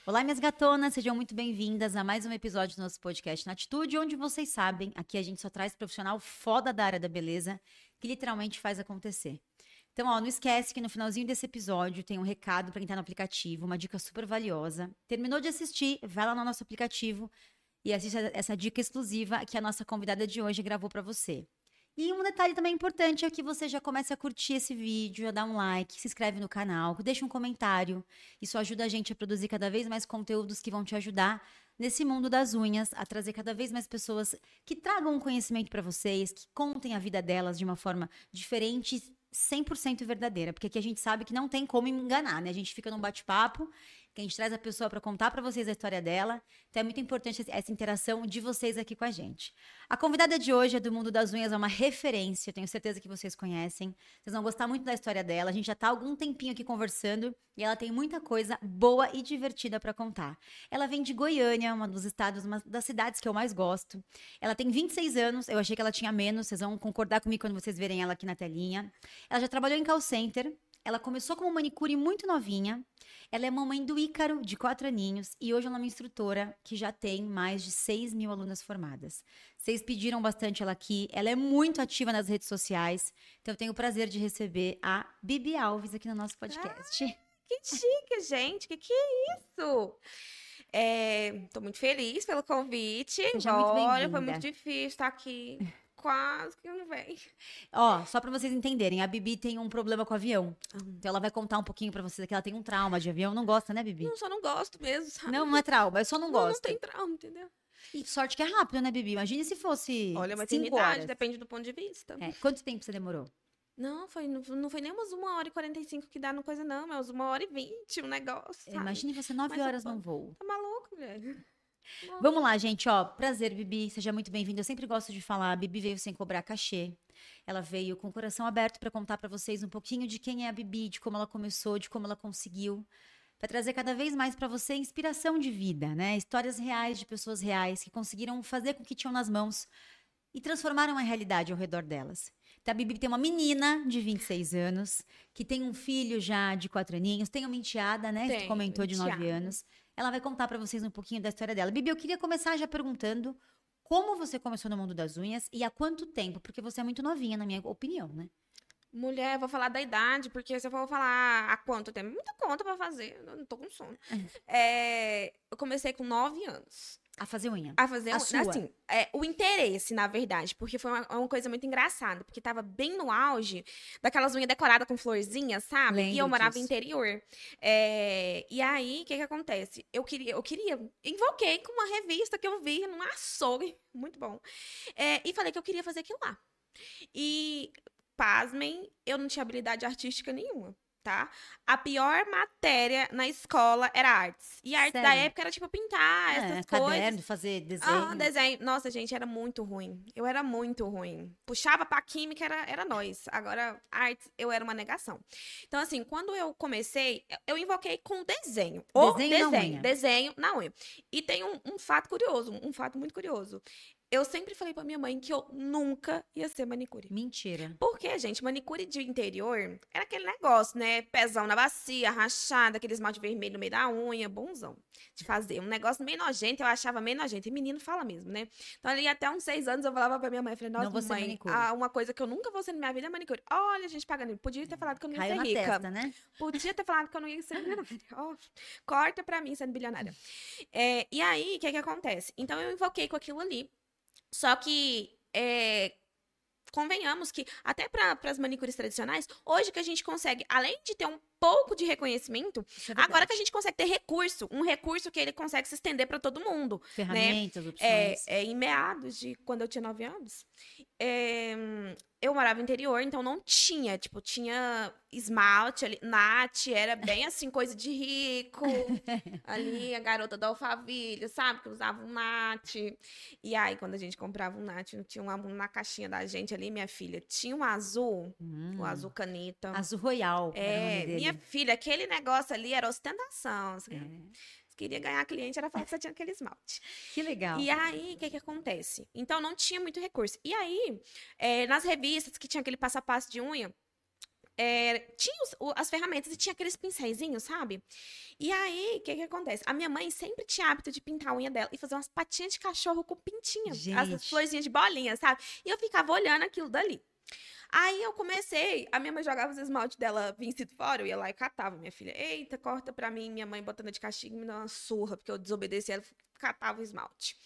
Olá, minhas gatonas, sejam muito bem-vindas a mais um episódio do nosso podcast Na Atitude, onde vocês sabem, aqui a gente só traz profissional foda da área da beleza, que literalmente faz acontecer. Então, ó, não esquece que no finalzinho desse episódio tem um recado para quem tá no aplicativo, uma dica super valiosa. Terminou de assistir, vai lá no nosso aplicativo e assiste essa dica exclusiva que a nossa convidada de hoje gravou para você. E um detalhe também importante é que você já comece a curtir esse vídeo, a dar um like, se inscreve no canal, deixa um comentário. Isso ajuda a gente a produzir cada vez mais conteúdos que vão te ajudar nesse mundo das unhas, a trazer cada vez mais pessoas que tragam um conhecimento para vocês, que contem a vida delas de uma forma diferente, 100% verdadeira, porque aqui a gente sabe que não tem como enganar, né? A gente fica num bate-papo, que a gente traz a pessoa para contar para vocês a história dela. Então é muito importante essa interação de vocês aqui com a gente. A convidada de hoje é do mundo das unhas, é uma referência, eu tenho certeza que vocês conhecem. Vocês vão gostar muito da história dela. A gente já tá há algum tempinho aqui conversando e ela tem muita coisa boa e divertida para contar. Ela vem de Goiânia, uma dos estados, uma das cidades que eu mais gosto. Ela tem 26 anos, eu achei que ela tinha menos, vocês vão concordar comigo quando vocês verem ela aqui na telinha. Ela já trabalhou em call center. Ela começou como manicure muito novinha. Ela é mamãe do Ícaro, de 4 aninhos. E hoje ela é uma instrutora que já tem mais de 6 mil alunas formadas. Vocês pediram bastante ela aqui. Ela é muito ativa nas redes sociais. Então eu tenho o prazer de receber a Bibi Alves aqui no nosso podcast. Que chique, gente. Que é isso? Tô muito feliz pelo convite. Seja muito bem-vinda. Foi muito difícil estar aqui. Quase que não vem. Ó, só pra vocês entenderem, a Bibi tem um problema com o avião. Então ela vai contar um pouquinho pra vocês que ela tem um trauma de avião. Não gosta, né, Bibi? Não, só não gosto mesmo, sabe? Não é trauma, eu só não gosto. Não tem trauma, entendeu? E sorte que é rápido, né, Bibi? Imagine se fosse Olha, uma 5 eternidade, horas. depende do ponto de vista. É. Quanto tempo você demorou? Não foi nem umas 1h45 que dá no coisa, não. É uns 1h20 um negócio, sabe? Imagine você 9 Mas horas num voo. Tá maluco, mulher? Vamos lá, gente, ó. Prazer, Bibi. Seja muito bem-vinda. Eu sempre gosto de falar. A Bibi veio sem cobrar cachê. Ela veio com o coração aberto para contar para vocês um pouquinho de quem é a Bibi, de como ela começou, de como ela conseguiu. Para trazer cada vez mais para você inspiração de vida, né? Histórias reais de pessoas reais que conseguiram fazer com o que tinham nas mãos e transformaram a realidade ao redor delas. Então, a Bibi tem uma menina de 26 anos, que tem um filho já de 4 aninhos, tem uma enteada, né? Que tu comentou de 9 anos. Ela vai contar pra vocês um pouquinho da história dela. Bibi, eu queria começar já perguntando como você começou no mundo das unhas e há quanto tempo? Porque você é muito novinha, na minha opinião, né? Mulher, eu vou falar da idade, porque se eu for falar há quanto tempo, muita conta pra fazer, eu não tô com sono. Eu comecei com 9 anos. A fazer unha. A fazer a sua. Assim, o interesse, na verdade, porque foi uma coisa muito engraçada, porque tava bem no auge daquelas unhas decoradas com florzinhas, sabe? Lembro e eu morava no disso. interior. E aí, o que acontece? Eu invoquei com uma revista que eu vi num açougue, muito bom, e falei que eu queria fazer aquilo lá. E, pasmem, eu não tinha habilidade artística nenhuma. Tá? A pior matéria na escola era artes. E a arte da época era tipo pintar, essas caderno, coisas. fazer desenho. Desenho. Nossa, gente, era muito ruim. Eu era muito ruim. Puxava pra química, era nós. Agora, artes, eu era uma negação. Então, assim, quando eu comecei, eu invoquei com desenho. Desenho na unha. E tem um fato curioso, um fato muito curioso. Eu sempre falei pra minha mãe que eu nunca ia ser manicure. Mentira. Porque, gente, manicure de interior era aquele negócio, né? Pezão na bacia, rachada, aquele esmalte vermelho no meio da unha, bonzão de fazer. Um negócio meio nojento, eu achava meio nojento. E menino fala mesmo, né? Então, ali até uns 6 anos, eu falava pra minha mãe, eu falei, nossa, não vou ser mãe, manicure. Uma coisa que eu nunca vou ser na minha vida é manicure. Olha, a gente pagando. Podia ter falado que eu não ia Caiu ser na rica. testa, né? Podia ter falado que eu não ia ser bilionária. Corta pra mim sendo bilionária. E aí, o que acontece? Então, eu invoquei com aquilo ali. Só que, convenhamos que, até para as manicures tradicionais, hoje que a gente consegue, além de ter um pouco de reconhecimento, agora que a gente consegue ter um recurso que ele consegue se estender para todo mundo. Ferramentas, né? opções. Em meados de quando eu tinha 9 anos, eu morava no interior, então não tinha, tinha esmalte ali, Nath, era bem assim, coisa de rico, ali a garota do Alphaville, sabe, que usava um Nath, e aí quando a gente comprava um Nath, não tinha na caixinha da gente ali, minha filha, tinha um azul, o azul caneta. Azul Royal, era o nome dele. Minha filha, aquele negócio ali era ostentação, queria ganhar cliente, era falar que você tinha aquele esmalte. Que legal. E aí, o que acontece? Então, não tinha muito recurso. E aí, nas revistas que tinha aquele passo a passo de unha, tinha as ferramentas e tinha aqueles pincéisinhos, sabe? E aí, o que acontece? A minha mãe sempre tinha hábito de pintar a unha dela e fazer umas patinhas de cachorro com pintinha. As Gente. florzinhas de bolinha, sabe? E eu ficava olhando aquilo dali. Aí eu comecei, a minha mãe jogava os esmaltes dela vencido fora, eu ia lá e catava, minha filha. Eita, corta pra mim, minha mãe botando de castigo, me dando uma surra, porque eu desobedeci, ela catava o esmalte.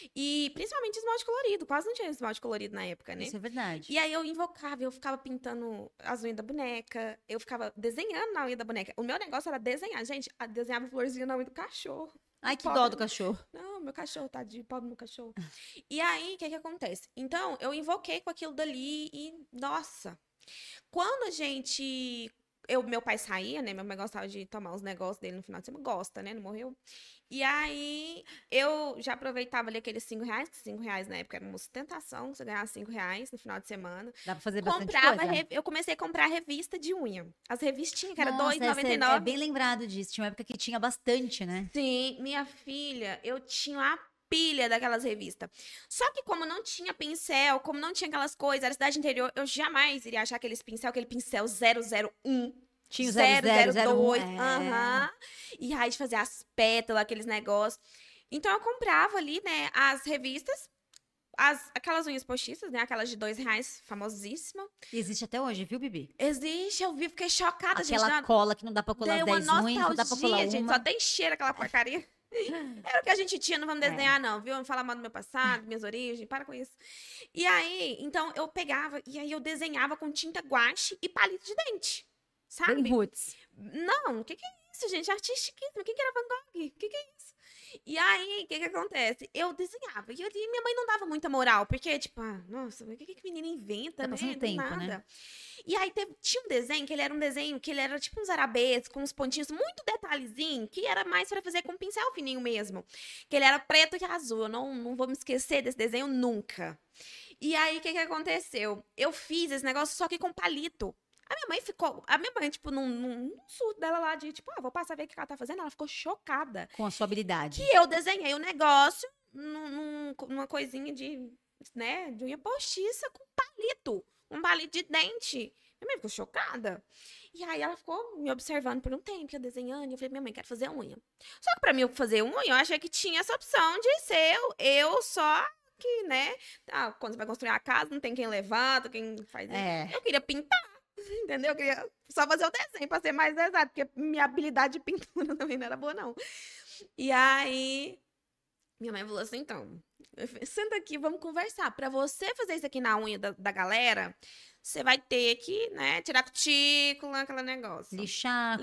E principalmente esmalte colorido, quase não tinha esmalte colorido na época, né? Isso é verdade. E aí eu invocava, eu ficava pintando as unhas da boneca, eu ficava desenhando na unha da boneca. O meu negócio era desenhar, gente, desenhava florzinha na unha do cachorro. Ai, que Pobre dó do cachorro. Não, meu cachorro, tadinho, pobre meu cachorro. E aí, o que acontece? Então, eu invoquei com aquilo dali e, nossa, quando a gente... meu pai saía, né? Meu pai gostava de tomar os negócios dele no final de semana. Gosta, né? Não morreu. E aí, eu já aproveitava ali aqueles R$5, que R$5 na época era uma sustentação, você ganhava R$5 no final de semana. Dá pra fazer bastante Comprava, coisa. eu comecei a comprar revista de unha. As revistinhas, que era Nossa, R$2,99. é bem lembrado disso. Tinha uma época que tinha bastante, né? Sim, minha filha, eu tinha uma pilha daquelas revistas. Só que como não tinha pincel, como não tinha aquelas coisas, era cidade interior, eu jamais iria achar aquele pincel 001. Tinha o 002, 001. aham. E aí de fazer as pétalas, aqueles negócios. Então eu comprava ali, né, as revistas, aquelas unhas postiças, né, aquelas de R$2, famosíssima. E existe até hoje, viu, Bibi? Existe, eu vi, fiquei chocada, gente. Aquela cola que não dá pra colar Deu as uma 10 unhas, só dá pra colar nostalgia, gente, uma. só tem cheiro aquela porcaria. Era o que a gente tinha, não vamos desenhar, não, viu? Não falar mal do meu passado, minhas origens, para com isso. E aí, então, eu pegava, e aí eu desenhava com tinta guache e palito de dente, sabe? Bem roots. Não, o que é isso, gente? Artistiquíssimo. O que era Van Gogh? O que é isso? E aí, o que acontece? Eu desenhava. E ali, minha mãe não dava muita moral. Porque, tipo, nossa, o que menina inventa, Tá né? passando Do tempo, nada. né? E aí, tinha um desenho, que ele era tipo uns arabescos, com uns pontinhos, muito detalhezinho, que era mais pra fazer com pincel fininho mesmo. Que ele era preto e azul. Eu não vou me esquecer desse desenho nunca. E aí, o que aconteceu? Eu fiz esse negócio só que com palito. A minha mãe, tipo, num surto dela lá de, tipo, vou passar a ver o que ela tá fazendo. Ela ficou chocada. Com a sua habilidade. Que eu desenhei o negócio numa coisinha de, né, de unha postiça com palito. Um palito de dente. Minha mãe ficou chocada. E aí ela ficou me observando por um tempo, eu desenhando. E eu falei, minha mãe, quero fazer unha. Só que pra mim fazer unha, eu achei que tinha essa opção de ser eu só que, né? Quando você vai construir a casa, não tem quem levanta, quem faz isso. Eu queria pintar. Entendeu? Eu queria só fazer o desenho pra ser mais exato, porque minha habilidade de pintura também não era boa, não. E aí, minha mãe falou assim, então, senta aqui, vamos conversar. Pra você fazer isso aqui na unha da galera, você vai ter que, né, tirar cutícula, aquele negócio. Lixar,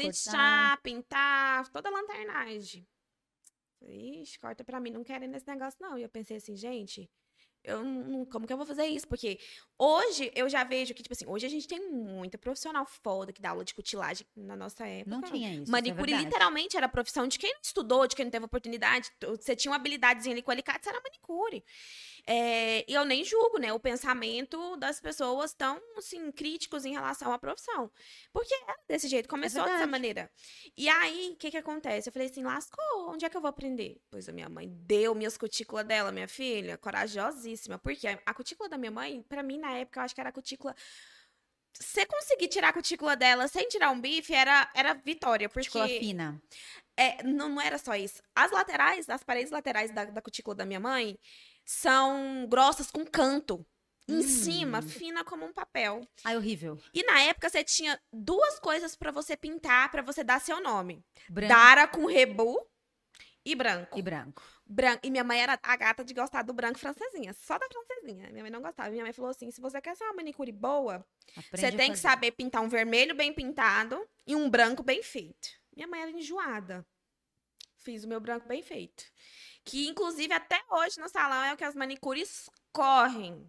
pintar, toda a lanternagem. Ixi, corta pra mim, não quero ir nesse negócio, não. E eu pensei assim, gente... como que eu vou fazer isso? Porque hoje eu já vejo que, tipo assim, hoje a gente tem muita profissional foda que dá aula de cutilagem na nossa época. Não tinha isso. Manicure isso é literalmente era a profissão de quem não estudou, de quem não teve oportunidade. Você tinha uma habilidadezinha ali com alicate, você era manicure. E eu nem julgo, né, o pensamento das pessoas tão, assim, críticos em relação à profissão. Porque era desse jeito, começou dessa maneira. E aí, o que acontece? Eu falei assim, lascou, onde é que eu vou aprender? Pois a minha mãe deu minhas cutículas dela, minha filha, corajosíssima. Porque a cutícula da minha mãe, pra mim, na época, eu acho que era a cutícula... Você conseguir tirar a cutícula dela sem tirar um bife, era vitória, porque... Cutícula fina. Não era só isso. As paredes laterais da cutícula da minha mãe são grossas com canto. Em cima, fina como um papel. Ai, horrível. E na época você tinha duas coisas pra você pintar, pra você dar seu nome. Branco. Dara com rebu e branco. E minha mãe era a gata de gostar do branco francesinha. Só da francesinha. Minha mãe não gostava. Minha mãe falou assim, se você quer ser uma manicure boa, você tem que saber pintar um vermelho bem pintado e um branco bem feito. Minha mãe era enjoada. Fiz o meu branco bem feito. Que, inclusive, até hoje no salão é o que as manicures correm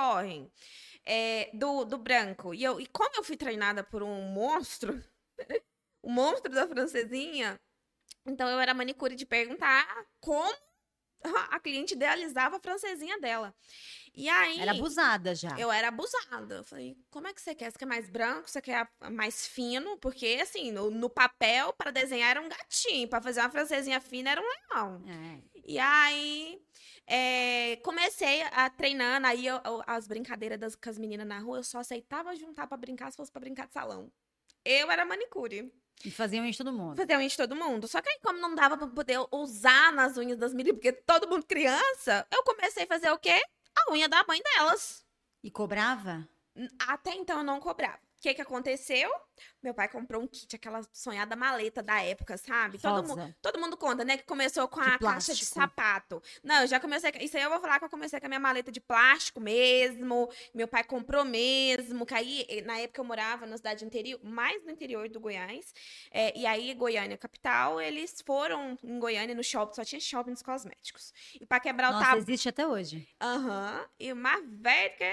do branco. E como eu fui treinada por um monstro, o monstro da francesinha, então eu era manicure de perguntar como a cliente idealizava a francesinha dela. E aí... Era abusada já. Eu era abusada. Eu falei, como é que você quer? Você quer mais branco? Você quer mais fino? Porque, assim, no papel, para desenhar era um gatinho. Para fazer uma francesinha fina era um leão. E aí, comecei a treinando. Aí, as brincadeiras com as meninas na rua, eu só aceitava juntar para brincar se fosse para brincar de salão. Eu era manicure. E faziam isso todo mundo. Faziam isso todo mundo. Só que aí, como não dava pra poder usar nas unhas das meninas, porque todo mundo criança, eu comecei a fazer o quê? A unha da mãe delas. E cobrava? Até então eu não cobrava. O que aconteceu? Meu pai comprou um kit, aquela sonhada maleta da época, sabe? Todo mundo conta, né? Que começou com a caixa de sapato. Não, eu já comecei... Isso aí eu vou falar que eu comecei com a minha maleta de plástico mesmo. Meu pai comprou mesmo. Que aí, na época eu morava na cidade interior, mais no interior do Goiás. E aí, Goiânia, capital, eles foram em Goiânia, no shopping, só tinha shopping dos cosméticos. E pra quebrar o tabu... existe até hoje. E o mais velho que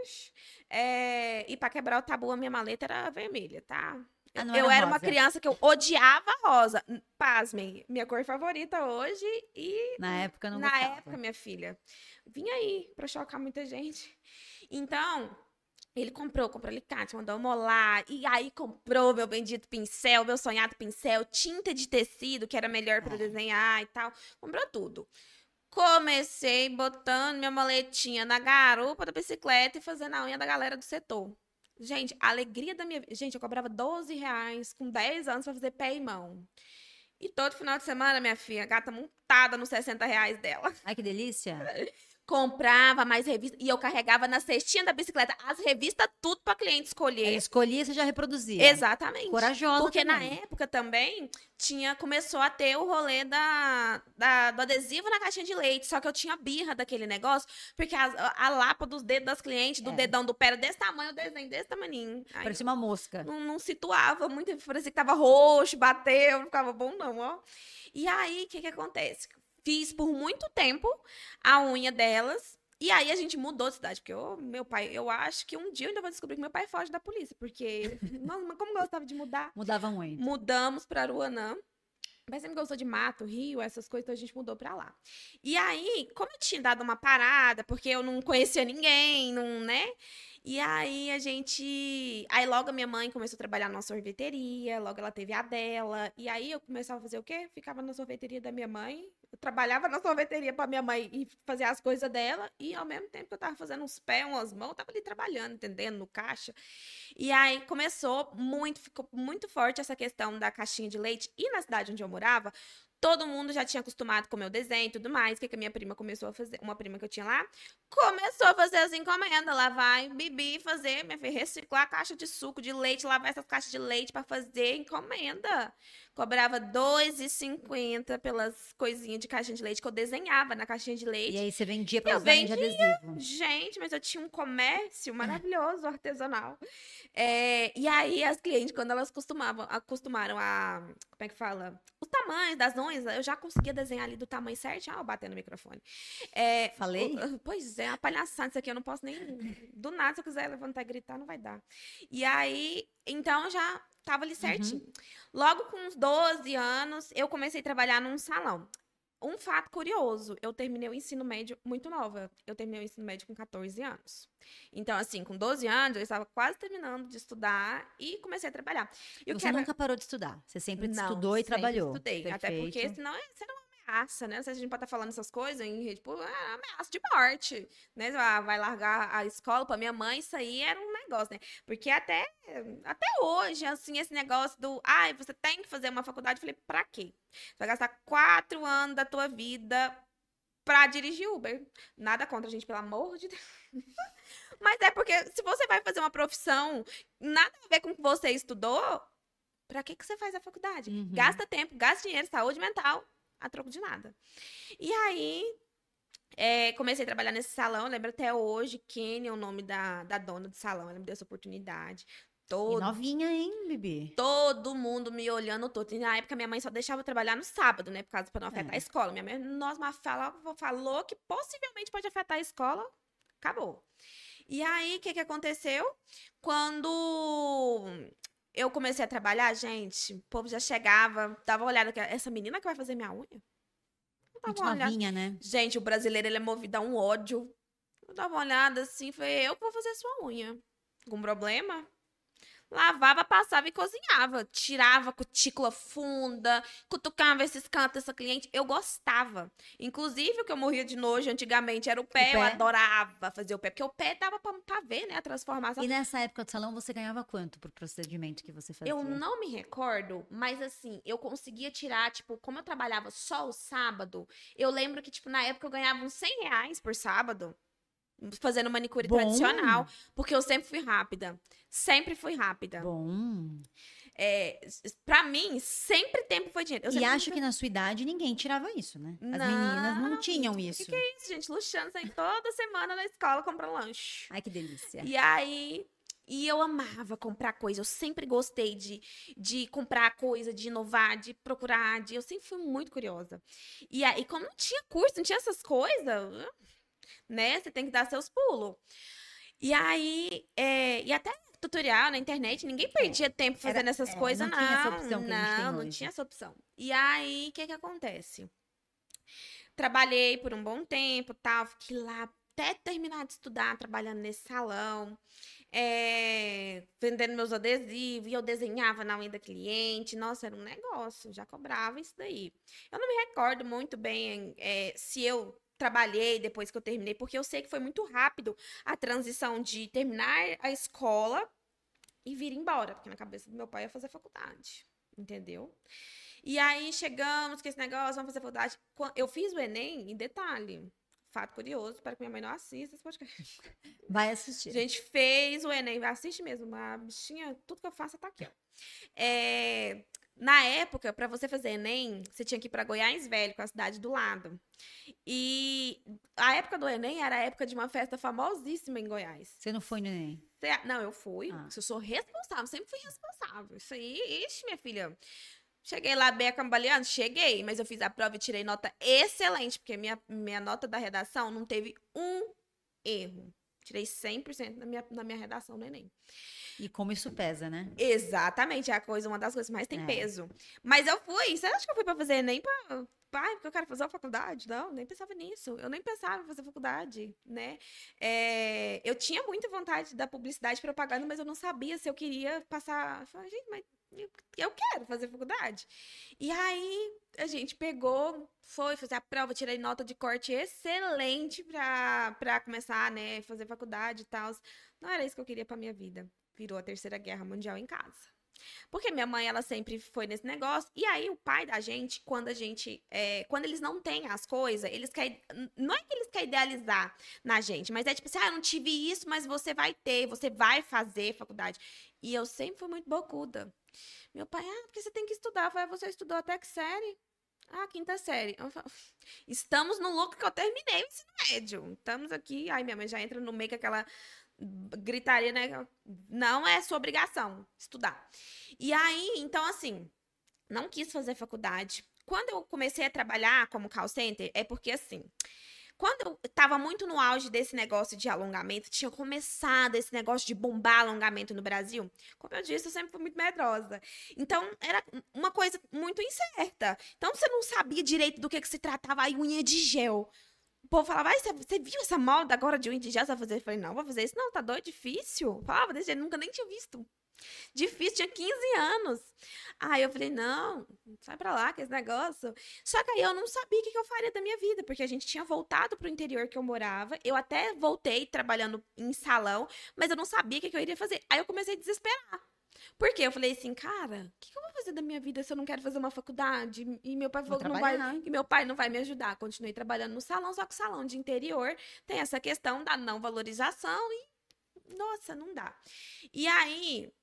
e pra quebrar o tabu, a minha maleta era vermelha, tá? Eu era uma criança que eu odiava rosa. Pasmem, minha cor favorita hoje e... Na época não gostava. Na época, minha filha. Vinha aí pra chocar muita gente. Então, ele comprou alicate, mandou molar. E aí comprou meu bendito pincel, meu sonhado pincel, tinta de tecido, que era melhor pra desenhar e tal. Comprou tudo. Comecei botando minha maletinha na garupa da bicicleta e fazendo a unha da galera do setor. Gente, a alegria da minha vida... Gente, eu cobrava R$12 com 10 anos pra fazer pé e mão. E todo final de semana, minha filha, a gata montada nos R$60 dela. Ai, que delícia. Comprava mais revistas e eu carregava na cestinha da bicicleta as revistas, tudo para cliente escolher. Ela escolhia, você já reproduzia. Exatamente. Corajosa. Porque também. na época também começou a ter o rolê do adesivo na caixinha de leite. Só que eu tinha birra daquele negócio, porque a lapa dos dedos das clientes, do dedão do pé era desse tamanho, o desenho desse tamanhinho. Parecia uma mosca. Não situava muito, parecia que tava roxo, bateu, não ficava bom não, ó. E aí, o que acontece? Fiz por muito tempo a unha delas. E aí a gente mudou de cidade. Porque meu pai, eu acho que um dia eu ainda vou descobrir que meu pai foge da polícia. Porque, mas como gostava de mudar. Mudava muito. Mudamos pra Aruanã. Mas sempre gostou de mato, rio, essas coisas, então a gente mudou pra lá. E aí, como eu tinha dado uma parada, porque eu não conhecia ninguém, não, né? E aí Aí logo a minha mãe começou a trabalhar numa sorveteria, logo ela teve a dela. E aí eu começava a fazer o quê? Ficava na sorveteria da minha mãe. Eu trabalhava na sorveteria pra minha mãe e fazia as coisas dela. E ao mesmo tempo que eu tava fazendo uns pés, umas mãos, eu tava ali trabalhando, entendendo? No caixa. E aí ficou muito forte essa questão da caixinha de leite. E na cidade onde eu morava, todo mundo já tinha acostumado com o meu desenho e tudo mais. O que a minha prima começou a fazer? Uma prima que eu tinha lá, começou a fazer as encomendas. Lá vai Bibi fazer, minha filha, reciclar a caixa de suco de leite, lavar essas caixas de leite pra fazer encomenda. Cobrava R$2,50 pelas coisinhas de caixinha de leite que eu desenhava na caixinha de leite. E aí você vendia para os de adesivo. Gente, mas eu tinha um comércio maravilhoso, artesanal. E aí as clientes, quando elas acostumaram a... Como é que fala? Os tamanhos das unhas, eu já conseguia desenhar ali do tamanho certinho. Eu batendo no microfone. Falei? Pois é, uma palhaçada. Isso aqui eu não posso nem... Do nada, se eu quiser levantar e gritar, não vai dar. E aí, então, já tava ali certinho. Logo com uns 12 anos, eu comecei a trabalhar num salão. Um fato curioso, eu terminei o ensino médio muito nova. Eu terminei o ensino médio com 14 anos. Então, assim, com 12 anos, eu estava quase terminando de estudar e comecei a trabalhar. Você nunca parou de estudar? Você sempre estudou e trabalhou? Estudei, até porque senão você não ameaça, né? Se a gente pode estar falando essas coisas em rede pública, é ameaça de morte, né? Vai largar a escola. Pra minha mãe, isso aí era um negócio, né? Porque até hoje, assim, esse negócio você tem que fazer uma faculdade. Eu falei, pra quê? Você vai gastar 4 anos da tua vida pra dirigir Uber. Nada contra, gente, pelo amor de Deus. Mas é porque se você vai fazer uma profissão, nada a ver com o que você estudou, pra que você faz a faculdade? Gasta tempo, gasta dinheiro, saúde mental, a troco de nada. E aí, comecei a trabalhar nesse salão, lembro até hoje, Kenny é o nome da dona do salão, ela me deu essa oportunidade. E novinha, hein, Bibi? Todo mundo me olhando todo. E na época, minha mãe só deixava eu trabalhar no sábado, né? Por causa pra não afetar a escola. Minha mãe, mas falou que possivelmente pode afetar a escola. Acabou. E aí, o que aconteceu? Quando eu comecei a trabalhar, gente, o povo já chegava, dava uma olhada, essa menina que vai fazer minha unha? dava Muito uma olhada. novinha, né? Gente, o brasileiro, ele é movido a um ódio. Eu dava uma olhada assim, falei, eu que vou fazer sua unha. Algum problema? Lavava, passava e cozinhava. Tirava cutícula funda, cutucava esses cantos dessa cliente. Eu gostava. Inclusive, o que eu morria de nojo antigamente era o pé. Eu pé? adorava fazer o pé, porque o pé dava pra ver, né, a transformação. E nessa época do salão, você ganhava quanto por procedimento que você fazia? Eu não me recordo, mas assim, eu conseguia tirar, tipo, como eu trabalhava só o sábado, eu lembro que, tipo, na época eu ganhava uns R$ 100 por sábado, fazendo manicure Bom. tradicional, porque eu sempre fui rápida. Sempre fui rápida. Bom. Pra mim, sempre tempo foi dinheiro. Eu E sempre acho fui- que na sua idade ninguém tirava isso, né? As Não. meninas não tinham isso. Que é isso, gente? Luxando, sair toda semana na escola comprando lanche. Ai, que delícia. E aí, eu amava comprar coisa. Eu sempre gostei de comprar coisa, de inovar, de procurar. Eu sempre fui muito curiosa. E aí, como não tinha curso, não tinha essas coisas, né? Você tem que dar seus pulos. E aí, e até tutorial na internet, ninguém perdia tempo fazendo essas coisas, não tinha essa opção que a gente tem Não, não hoje. tinha essa opção. E aí, o que acontece? Trabalhei por um bom tempo, tal, fiquei lá até terminar de estudar, trabalhando nesse salão, vendendo meus adesivos, e eu desenhava na unha da cliente. Nossa, era um negócio, já cobrava isso daí. Eu não me recordo muito bem se eu trabalhei depois que eu terminei, porque eu sei que foi muito rápido a transição de terminar a escola e vir embora, porque na cabeça do meu pai ia fazer faculdade, entendeu? E aí chegamos com esse negócio, vamos fazer faculdade. Eu fiz o Enem, em detalhe, fato curioso, espero que minha mãe não assista esse podcast. Vai assistir. A gente fez o Enem, assiste mesmo, a bichinha, tudo que eu faço tá aqui, ó. Na época, para você fazer Enem, você tinha que ir para Goiás Velho, com a cidade do lado. E a época do Enem era a época de uma festa famosíssima em Goiás. Você não foi no Enem? Não, eu fui. Ah. Eu sou responsável, sempre fui responsável. Isso aí, ixi, minha filha. Cheguei lá bem cambaleando? Cheguei, mas eu fiz a prova e tirei nota excelente, porque minha nota da redação não teve um erro. Tirei 100% na minha redação do Enem. E como isso pesa, né? Exatamente, é uma das coisas que mais tem peso. Mas eu fui, você acha que eu fui pra fazer Enem porque eu quero fazer uma faculdade? Não, nem pensava nisso. Eu nem pensava em fazer faculdade, né? Eu tinha muita vontade da publicidade e propaganda, mas eu não sabia se eu queria passar. Eu falei, gente, mas eu quero fazer faculdade. E aí, a gente foi fazer a prova, tirei nota de corte excelente pra começar, né, fazer faculdade e tal. Não era isso que eu queria pra minha vida. Virou a Terceira Guerra Mundial em casa. Porque minha mãe, ela sempre foi nesse negócio. E aí, o pai da gente, quando eles não têm as coisas, eles querem. Não é que eles querem idealizar na gente, mas é tipo assim, eu não tive isso, mas você vai ter, você vai fazer faculdade. E eu sempre fui muito bocuda. Meu pai, porque você tem que estudar. Eu falei, você estudou até que série? Quinta série. Eu falo, estamos no lucro que eu terminei o ensino médio. Estamos aqui. Aí minha mãe já entra no meio com aquela gritaria, né? Não é sua obrigação estudar. E aí, então, assim, não quis fazer faculdade. Quando eu comecei a trabalhar como call center, é porque, assim, quando eu tava muito no auge desse negócio de alongamento, tinha começado esse negócio de bombar alongamento no Brasil. Como eu disse, eu sempre fui muito medrosa. Então, era uma coisa muito incerta. Então, você não sabia direito do que se tratava a unha de gel. O povo falava, você viu essa moda agora de unha de gel? Você vai fazer? Eu falei, não, vou fazer isso. Não, tá doido, difícil. Eu falava desse jeito, nunca nem tinha visto. Difícil, tinha 15 anos. Aí eu falei, não, sai pra lá com esse negócio. Só que aí eu não sabia o que eu faria da minha vida, porque a gente tinha voltado pro interior que eu morava. Eu até voltei trabalhando em salão, mas eu não sabia o que eu iria fazer. Aí eu comecei a desesperar. Porque eu falei assim, cara, o que eu vou fazer da minha vida se eu não quero fazer uma faculdade? E meu pai falou que meu pai não vai me ajudar. Continuei trabalhando no salão, só que o salão de interior tem essa questão da não valorização e, nossa, não dá. E aí,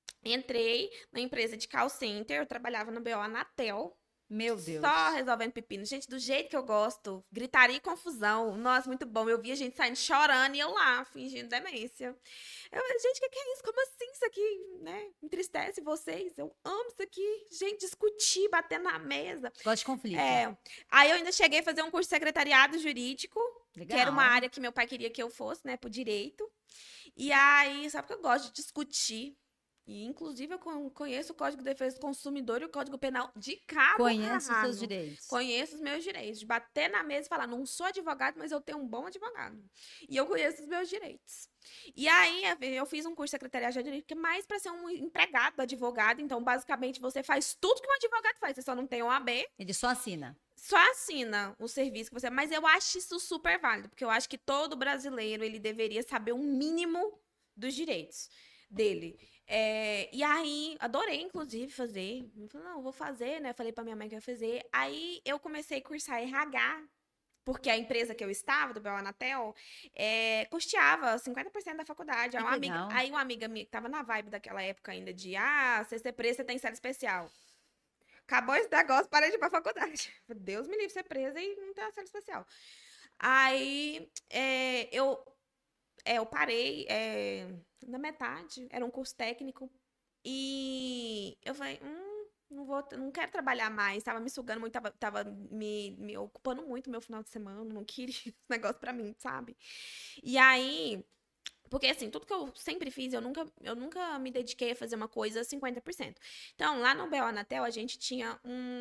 entrei na empresa de call center, eu trabalhava no BO Anatel. Meu Deus. Só resolvendo pepino. Gente, do jeito que eu gosto, gritaria e confusão. Nossa, muito bom. Eu via gente saindo chorando e eu lá, fingindo demência. Gente, o que é isso? Como assim isso aqui, né? Entristece vocês? Eu amo isso aqui. Gente, discutir, bater na mesa. Gosto de conflito. Aí eu ainda cheguei a fazer um curso de secretariado jurídico. Legal. Que era uma área que meu pai queria que eu fosse, né? Pro direito. E aí, sabe que eu gosto de discutir. E, inclusive, eu conheço o Código de Defesa do Consumidor e o Código Penal de cabo Conheço os rabo. seus direitos. Conheço os meus direitos. De bater na mesa e falar, não sou advogado, mas eu tenho um bom advogado. E eu conheço os meus direitos. E aí, eu fiz um curso de secretariado de direito, que é mais para ser um empregado do advogado. Então, basicamente, você faz tudo que um advogado faz. Você só não tem OAB. Ele só assina. Só assina o serviço que você... Mas eu acho isso super válido, porque eu acho que todo brasileiro, ele deveria saber o mínimo dos direitos dele. E aí, adorei, inclusive, fazer. Eu falei, não, eu vou fazer, né? Falei pra minha mãe que ia fazer. Aí, eu comecei a cursar RH, porque a empresa que eu estava, do Anatel, custeava 50% da faculdade. Aí, uma amiga minha, que tava na vibe daquela época ainda de, você ser presa, você tem salário especial. Acabou esse negócio, parei de ir pra faculdade. Deus me livre ser presa e não ter salário especial. Aí, eu parei na metade, era um curso técnico, e eu falei, não quero trabalhar mais, tava me sugando muito, tava me ocupando muito meu final de semana, não queria esse negócio pra mim, sabe? E aí, porque assim, tudo que eu sempre fiz, eu nunca me dediquei a fazer uma coisa 50%. Então, lá no BO Anatel, a gente tinha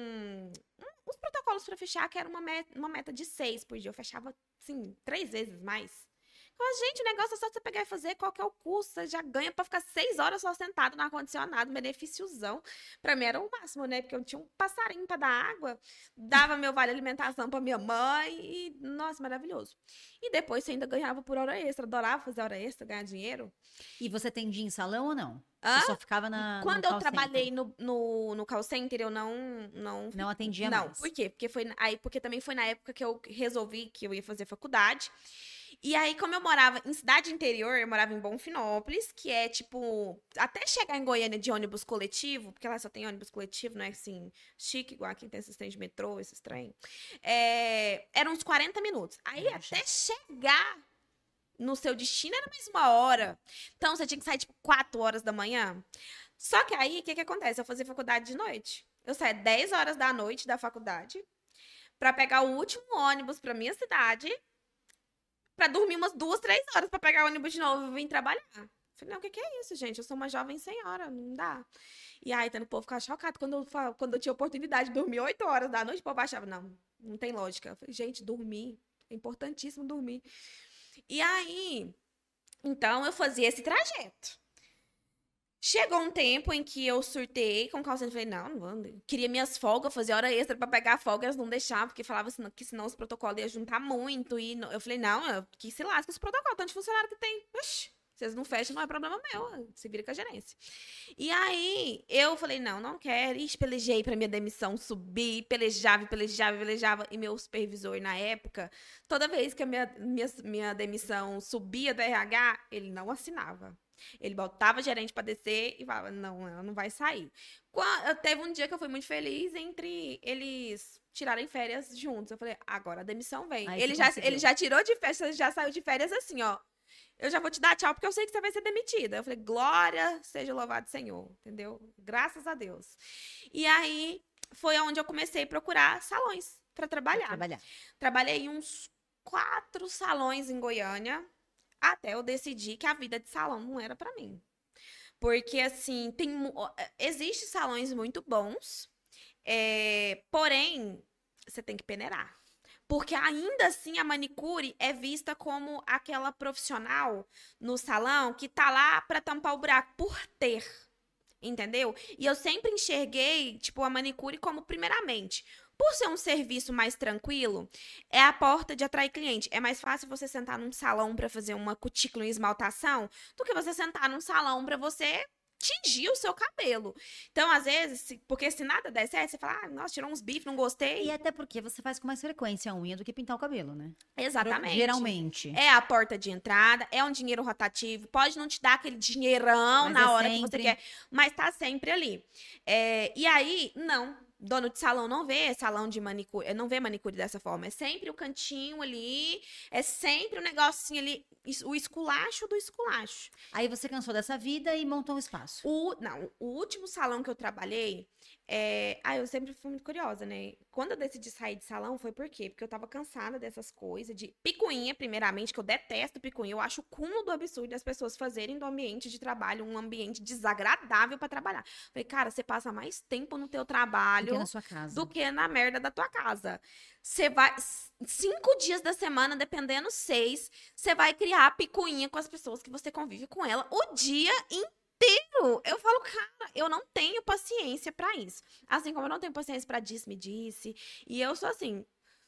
uns protocolos pra fechar, que era uma meta de 6 por dia, eu fechava, assim, 3 vezes mais. Mas, gente, o negócio é só você pegar e fazer qual que é o custo. Você já ganha pra ficar 6 horas só sentado no ar-condicionado, benefíciozão. Pra mim era o máximo, né? Porque eu tinha um passarinho pra dar água, dava meu vale alimentação pra minha mãe e, nossa, maravilhoso. E depois você ainda ganhava por hora extra. Adorava fazer hora extra, ganhar dinheiro. E você atendia em salão ou não? Você só ficava no Quando call eu trabalhei center? no call center, eu não atendia não. mais. Por quê? Porque também foi na época que eu resolvi que eu ia fazer faculdade. E aí, como eu morava em cidade interior, eu morava em Bonfinópolis, que é tipo, até chegar em Goiânia de ônibus coletivo, porque lá só tem ônibus coletivo, não é assim, chique, igual aqui tem esses trem de metrô, esses trem. Eram uns 40 minutos. Aí, até chegar no seu destino era mais 1 hora. Então, você tinha que sair, tipo, 4 horas da manhã. Só que aí, o que acontece? Eu fazia faculdade de noite. Eu saía 10 horas da noite da faculdade pra pegar o último ônibus pra minha cidade, pra dormir umas 2, 3 horas pra pegar o ônibus de novo e vir trabalhar. Falei, não, o que é isso, gente? Eu sou uma jovem senhora, não dá. E aí, o povo ficava chocado quando eu tinha oportunidade de dormir 8 horas da noite, o povo achava, não tem lógica. Eu falei, gente, dormir, é importantíssimo dormir. E aí, então, eu fazia esse trajeto. Chegou um tempo em que eu surtei com o call center. Falei, não, queria minhas folgas, fazia hora extra pra pegar folga, elas não deixavam, porque falava que senão os protocolos iam juntar muito. E eu falei, que se lasca os protocolos, tanto de funcionário que tem. Oxi, vocês não fecham, não é problema meu, se vira com a gerência. E aí, eu falei, não quero. Ixi, pelejei pra minha demissão subir, pelejava. E meu supervisor, na época, toda vez que a minha demissão subia do RH, ele não assinava. Ele botava gerente pra descer e falava, não, ela não vai sair. Teve um dia que eu fui muito feliz entre eles tirarem férias juntos. Eu falei, agora a demissão vem. Ele já tirou de férias, já saiu de férias assim, ó. Eu já vou te dar tchau, porque eu sei que você vai ser demitida. Eu falei, glória seja louvado Senhor, entendeu? Graças a Deus. E aí, foi onde eu comecei a procurar salões pra trabalhar. Trabalhei em uns 4 salões em Goiânia, até eu decidir que a vida de salão não era pra mim. Porque, assim, existem salões muito bons, porém, você tem que peneirar. Porque ainda assim a manicure é vista como aquela profissional no salão que tá lá pra tampar o buraco por ter. Entendeu? E eu sempre enxerguei, tipo, a manicure como primeiramente. Por ser um serviço mais tranquilo, é a porta de atrair cliente. É mais fácil você sentar num salão pra fazer uma cutícula e esmaltação do que você sentar num salão pra você tingir o seu cabelo. Então, às vezes, porque se nada der certo, você fala, nossa, tirou uns bifes, não gostei. E até porque você faz com mais frequência a unha do que pintar o cabelo, né? Exatamente. Geralmente. É a porta de entrada, é um dinheiro rotativo, pode não te dar aquele dinheirão na hora que você quer, mas tá sempre ali. E aí, dono de salão não vê salão de manicure, não vê manicure dessa forma. É sempre o cantinho ali, é sempre o negocinho ali, o esculacho do esculacho. Aí você cansou dessa vida e montou um espaço. O último salão que eu trabalhei, Eu sempre fui muito curiosa, né? Quando eu decidi sair de salão, foi por quê? Porque eu tava cansada dessas coisas, de picuinha, primeiramente, que eu detesto picuinha. Eu acho o cúmulo do absurdo as pessoas fazerem do ambiente de trabalho um ambiente desagradável pra trabalhar. Falei, cara, você passa mais tempo no teu Do que trabalho na sua casa. do que na merda da tua casa. Você vai, 5 dias da semana, dependendo 6, você vai criar picuinha com as pessoas que você convive com ela o dia inteiro. Eu falo, cara, eu não tenho paciência pra isso. Assim como eu não tenho paciência pra disse-me-disse. E eu sou assim.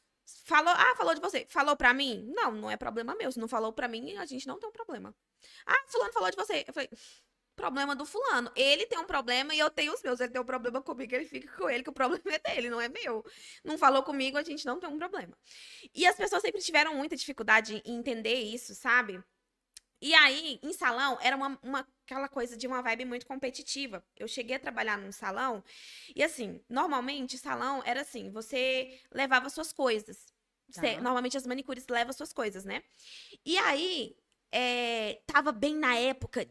Falou de você. Falou pra mim? Não, não é problema meu. Se não falou pra mim, a gente não tem um problema. Fulano falou de você. Eu falei, problema do fulano. Ele tem um problema e eu tenho os meus. Ele tem um problema comigo, ele fica com ele, que o problema é dele, não é meu. Não falou comigo, a gente não tem um problema. E as pessoas sempre tiveram muita dificuldade em entender isso, sabe? E aí, em salão, era aquela coisa de uma vibe muito competitiva. Eu cheguei a trabalhar num salão, e assim, normalmente, salão era assim, você levava suas coisas. Tá. Normalmente as manicures levam suas coisas, né? E aí, tava bem na época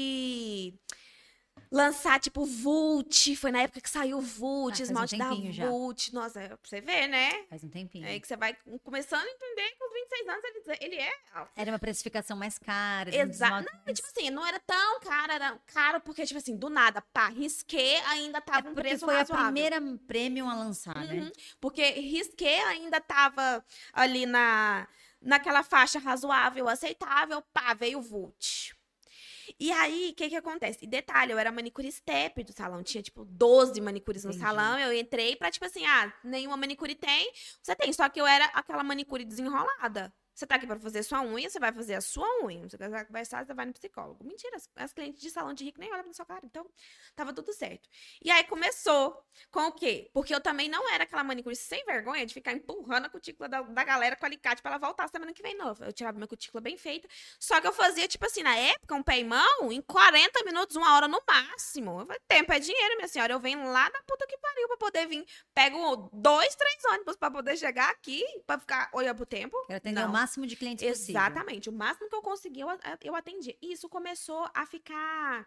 de lançar, tipo, Vult. Foi na época que saiu o Vult, Faz um esmalte da tempinho já. Vult. Nossa, pra você ver, né? Faz um tempinho. É que você vai começando a entender que aos 26 anos ele é alto. Era uma precificação mais cara. Exato. Não, tipo assim, não era tão caro, era caro porque, tipo assim, do nada, pá, Risqué ainda tava um Porque preço foi razoável. a primeira premium a lançar, né? Porque Risqué ainda tava ali naquela faixa razoável, aceitável, pá, veio o Vult. E aí, o que que acontece? E detalhe, eu era manicure step do salão, tinha, tipo, 12 manicures no Entendi. salão, eu entrei pra, tipo assim, nenhuma manicure tem, você tem, só que eu era aquela manicure desenrolada. Você tá aqui pra fazer sua unha, você vai fazer a sua unha. Você vai conversar, você vai no psicólogo. Mentira, as clientes de salão de rico nem olham pra sua cara. Então, tava tudo certo. E aí começou com o quê? Porque eu também não era aquela manicure sem vergonha de ficar empurrando a cutícula da galera com alicate pra ela voltar semana que vem nova. Eu tirava minha cutícula bem feita. Só que eu fazia, tipo assim, na época, um pé e mão em 40 minutos, 1 hora no máximo. Eu falei, tempo é dinheiro, minha senhora. Eu venho lá da puta que pariu pra poder vir. Pego 2, 3 ônibus pra poder chegar aqui, pra ficar olhando pro tempo. Quero atender o máximo de clientes possível. Exatamente. O máximo que eu conseguia, eu atendia. E isso começou a ficar...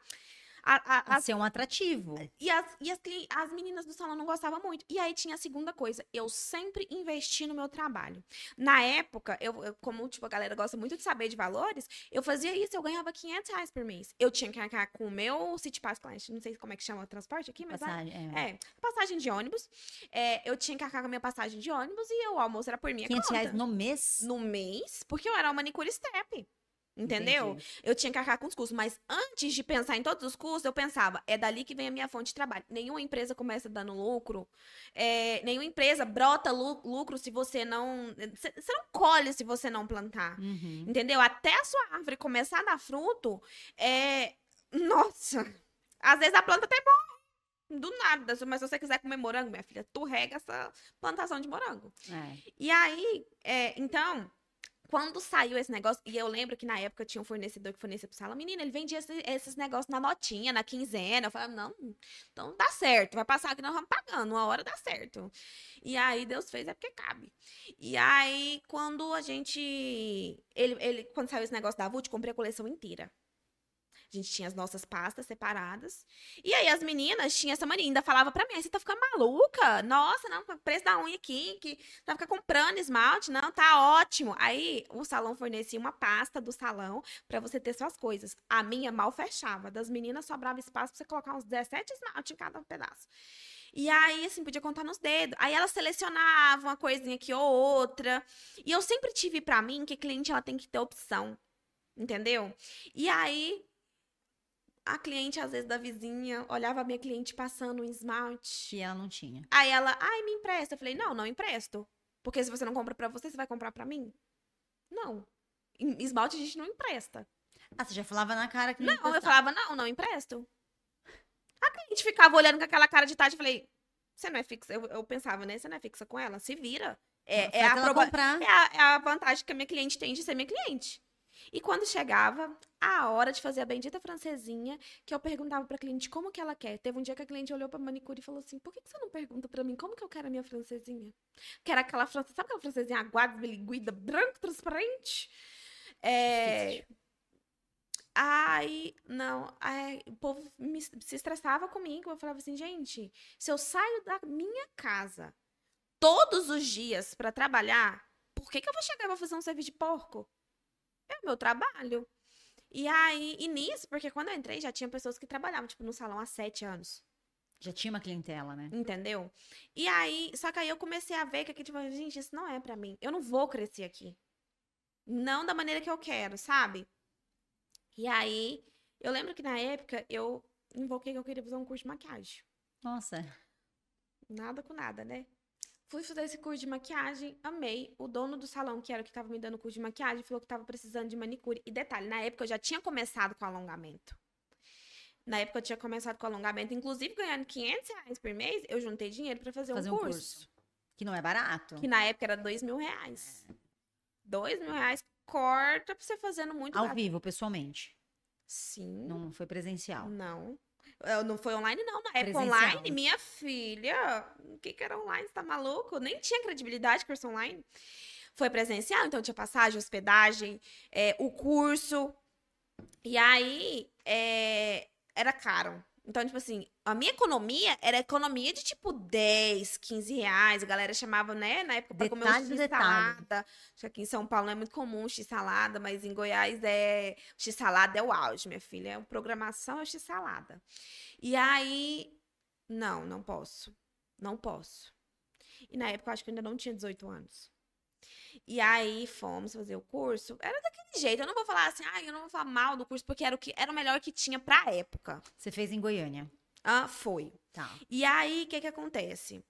A ser um atrativo. E as meninas do salão não gostavam muito. E aí tinha a segunda coisa. Eu sempre investi no meu trabalho. Na época, como tipo, a galera gosta muito de saber de valores, eu fazia isso, eu ganhava R$ 500 por mês. Eu tinha que arcar com o meu City Pass Client, não sei como é que chama o transporte aqui, mas passagem de ônibus. Eu tinha que arcar com a minha passagem de ônibus e o almoço era por minha conta. R$ 500 no mês? No mês, porque eu era uma manicure step. Entendeu? Entendi. Eu tinha que arcar com os custos, mas antes de pensar em todos os custos, eu pensava, é dali que vem a minha fonte de trabalho. Nenhuma empresa começa dando lucro, nenhuma empresa brota lucro se você não... Você não colhe se você não plantar, entendeu? Até a sua árvore começar a dar fruto, nossa, às vezes a planta até morre, do nada, mas se você quiser comer morango, minha filha, tu rega essa plantação de morango. E aí, então... Quando saiu esse negócio, e eu lembro que na época tinha um fornecedor que fornecia pro salão, menina, ele vendia esses negócios na notinha, na quinzena. Eu falava, não, então dá certo, vai passar aqui, nós vamos pagando, uma hora dá certo. E aí Deus fez, é porque cabe. E aí, quando a gente. Quando saiu esse negócio da Vult, comprei a coleção inteira. A gente tinha as nossas pastas separadas. E aí as meninas tinham essa mania. Ainda falava pra mim, você tá ficando maluca? Nossa, não, preço da unha aqui, que tá ficando comprando esmalte. Não, tá ótimo. Aí o salão fornecia uma pasta do salão pra você ter suas coisas. A minha mal fechava. Das meninas sobrava espaço pra você colocar uns 17 esmalte em cada pedaço. E aí, assim, podia contar nos dedos. Aí elas selecionavam uma coisinha aqui ou outra. E eu sempre tive pra mim que cliente ela tem que ter opção. Entendeu? E aí... A cliente, às vezes, da vizinha, olhava a minha cliente passando um esmalte. E ela não tinha. Aí ela, me empresta. Eu falei, não empresto. Porque se você não compra pra você vai comprar pra mim? Não. Esmalte a gente não empresta. Você já falava na cara que não eu falava, não empresto. A cliente ficava olhando com aquela cara de tarde. Eu falei, você não é fixa? Eu pensava, né? Você não é fixa com ela? Se vira. É a vantagem que a minha cliente tem de ser minha cliente. E quando chegava a hora de fazer a bendita francesinha, que eu perguntava pra cliente como que ela quer. Teve um dia que a cliente olhou pra manicure e falou assim, por que você não pergunta pra mim como que eu quero a minha francesinha? Que era aquela francesinha, sabe aquela francesinha aguada, biliguida, branco, transparente? Aí, não, aí o povo se estressava comigo. Eu falava assim, gente, se eu saio da minha casa todos os dias pra trabalhar, por que que eu vou chegar e vou fazer um serviço de porco? É o meu trabalho. E aí, e nisso, porque quando eu entrei, já tinha pessoas que trabalhavam, tipo, no salão há 7 anos. Já tinha uma clientela, né? Entendeu? E aí, só que aí eu comecei a ver que aqui, tipo, gente, isso não é pra mim. Eu não vou crescer aqui. Não da maneira que eu quero, sabe? E aí, eu lembro que na época eu invoquei que eu queria fazer um curso de maquiagem. Nossa. Nada com nada, né? Fui fazer esse curso de maquiagem, amei. O dono do salão, que era o que tava me dando o curso de maquiagem, falou que tava precisando de manicure. E detalhe, na época eu já tinha começado com alongamento. Na época eu tinha começado com alongamento, inclusive ganhando R$ 500 por mês, eu juntei dinheiro pra fazer um curso. Que não é barato. Que na época era R$ 2.000. R$ 2.000 corta pra você fazendo muito Ao vivo, pessoalmente. Sim. Não foi presencial. Não. Não foi online, não. Na época Presencial. online, minha filha, o que que era online? Você tá maluco? Eu nem tinha credibilidade curso online. Foi presencial, então tinha passagem, hospedagem, o curso. E aí, era caro. Então, tipo assim, a minha economia era economia de tipo R$ 10, R$ 15. A galera chamava, né, na época, pra comer um x-salada. Acho que aqui em São Paulo não é muito comum x-salada, mas em Goiás x-salada é o auge, minha filha. Programação é x-salada. E aí, não posso. Não posso. E na época eu acho que eu ainda não tinha 18 anos. E aí fomos fazer o curso. Era daquele jeito. Eu não vou falar assim, eu não vou falar mal do curso, porque era o melhor que tinha pra época. Você fez em Goiânia? Foi. Tá. E aí, o que acontece?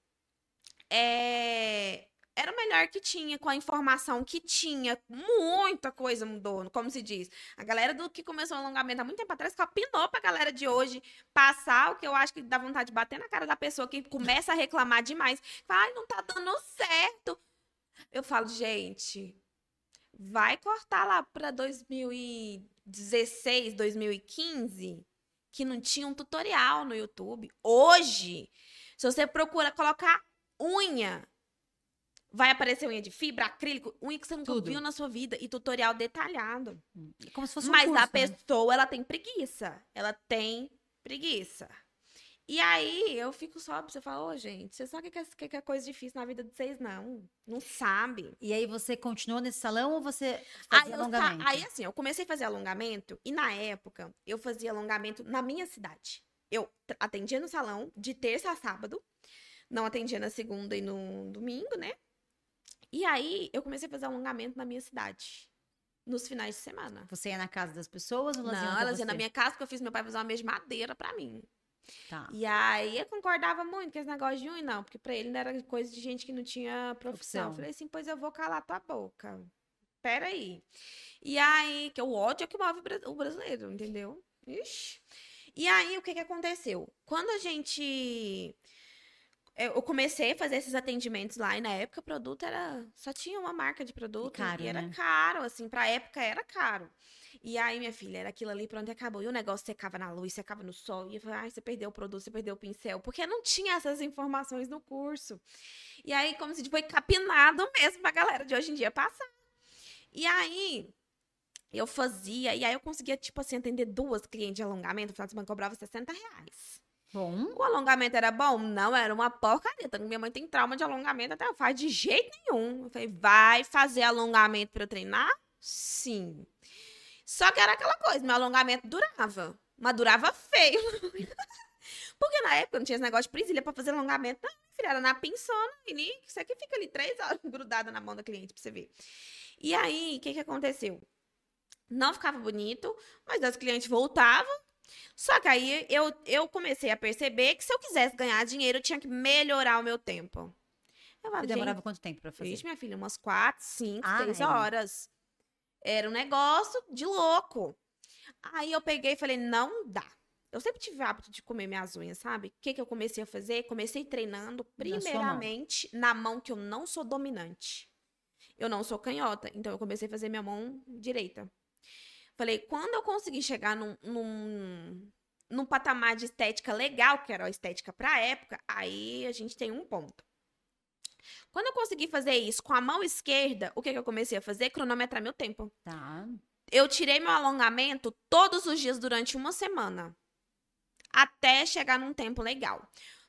Era o melhor que tinha, com a informação que tinha. Muita coisa mudou, como se diz. A galera do que começou o alongamento há muito tempo atrás capinou pra galera de hoje passar o que eu acho que dá vontade de bater na cara da pessoa que começa a reclamar demais. Fala, não tá dando certo. Eu falo, gente, vai cortar lá pra 2016, 2015, que não tinha um tutorial no YouTube. Hoje, se você procura colocar unha, vai aparecer unha de fibra, acrílico, unha que você nunca viu na sua vida e tutorial detalhado. Como se fosse um Mas curso, a pessoa, ela tem preguiça. Ela tem preguiça. E aí, eu fico só, você fala, gente, você sabe o que é coisa difícil na vida de vocês, não. Não sabe. E aí, você continuou nesse salão ou você fazia alongamento? Aí, assim, eu comecei a fazer alongamento e, na época, eu fazia alongamento na minha cidade. Eu atendia no salão de terça a sábado, não atendia na segunda e no domingo, né? E aí, eu comecei a fazer alongamento na minha cidade, nos finais de semana. Você ia na casa das pessoas ou elas iam Não, pra elas iam você? na minha casa, porque eu fiz meu pai fazer uma mesa de madeira pra mim. Tá. E aí eu concordava muito com esse negócio de unha, não, porque pra ele não era coisa de gente que não tinha profissão. Eu falei assim, pois eu vou calar tua boca. Peraí. E aí, que o ódio é que move o brasileiro, entendeu? Ixi. E aí, o que aconteceu? Quando eu comecei a fazer esses atendimentos lá, e na época o produto só tinha uma marca de produto. Caro, e era né? caro, assim, pra época era caro. E aí, minha filha, era aquilo ali, pronto, e acabou. E o negócio secava na luz, secava no sol. E eu falei, você perdeu o produto, você perdeu o pincel. Porque não tinha essas informações no curso. E aí, como se foi capinado mesmo pra galera de hoje em dia passar. E aí, eu fazia, e aí eu conseguia, tipo assim, atender 2 clientes de alongamento. No final de semana, cobrava R$ 60. Bom. O alongamento era bom? Não, era uma porcaria. Minha mãe tem trauma de alongamento até faz de jeito nenhum. Eu falei, vai fazer alongamento pra eu treinar? Sim. Só que era aquela coisa, meu alongamento durava. Mas durava feio. Porque na época não tinha esse negócio de presilha pra fazer alongamento. Não, filha, era na pinçona. E isso aqui fica ali 3 horas grudada na mão da cliente pra você ver. E aí, o que aconteceu? Não ficava bonito, mas as clientes voltavam. Só que aí eu comecei a perceber que se eu quisesse ganhar dinheiro, eu tinha que melhorar o meu tempo. Você demorava quanto tempo pra fazer? Vixe, minha filha, umas 4, 5, 6 é. horas. Era um negócio de louco. Aí eu peguei e falei, não dá. Eu sempre tive o hábito de comer minhas unhas, sabe? O que eu comecei a fazer? Comecei treinando, primeiramente, na mão que eu não sou dominante. Eu não sou canhota, então eu comecei a fazer minha mão direita. Falei, quando eu conseguir chegar num patamar de estética legal, que era a estética pra época, aí a gente tem um ponto. Quando eu consegui fazer isso com a mão esquerda, o que eu comecei a fazer? Cronometrar meu tempo. Tá. Eu tirei meu alongamento todos os dias durante uma semana. Até chegar num tempo legal.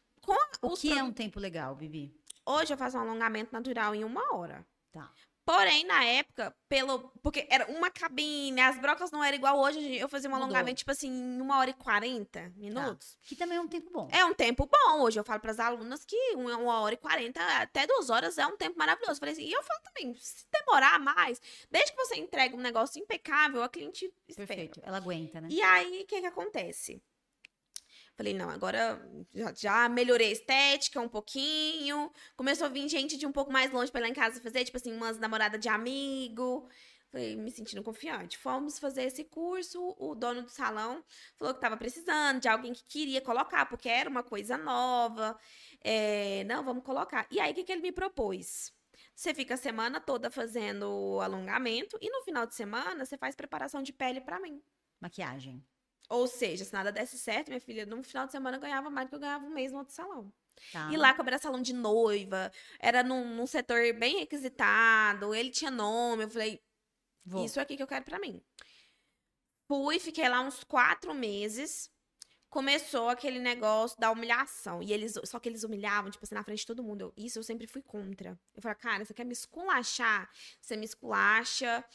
O que é um tempo legal, Bibi? Hoje eu faço um alongamento natural em 1 hora. Tá. Porém, na época, porque era uma cabine, as brocas não eram igual hoje, eu fazia um Mudou. alongamento, tipo assim, em 1 hora e 40 minutos. Que também é um tempo bom. É um tempo bom. Hoje eu falo para as alunas que 1 hora e 40, até 2 horas é um tempo maravilhoso. Falei assim, e eu falo também, se demorar mais, desde que você entrega um negócio impecável, a cliente espera. Perfeito. Ela aguenta, né? E aí, o que acontece? Falei, não, agora já melhorei a estética um pouquinho. Começou a vir gente de um pouco mais longe pra ir lá em casa fazer, tipo assim, umas namoradas de amigo. Falei, me sentindo confiante. Fomos fazer esse curso, o dono do salão falou que tava precisando de alguém que queria colocar, porque era uma coisa nova. Não, vamos colocar. E aí, o que ele me propôs? Você fica a semana toda fazendo alongamento e no final de semana você faz preparação de pele pra mim. Maquiagem. Ou seja, se nada desse certo, minha filha, no final de semana eu ganhava mais do que eu ganhava um mês no outro salão. Tá. E lá, como era salão de noiva, era num setor bem requisitado, ele tinha nome, eu falei, isso aqui que eu quero pra mim. Fui, fiquei lá uns 4 meses, começou aquele negócio da humilhação. Só que eles humilhavam, tipo assim, na frente de todo mundo. Isso eu sempre fui contra. Eu falei, cara, você quer me esculachar? Você me esculacha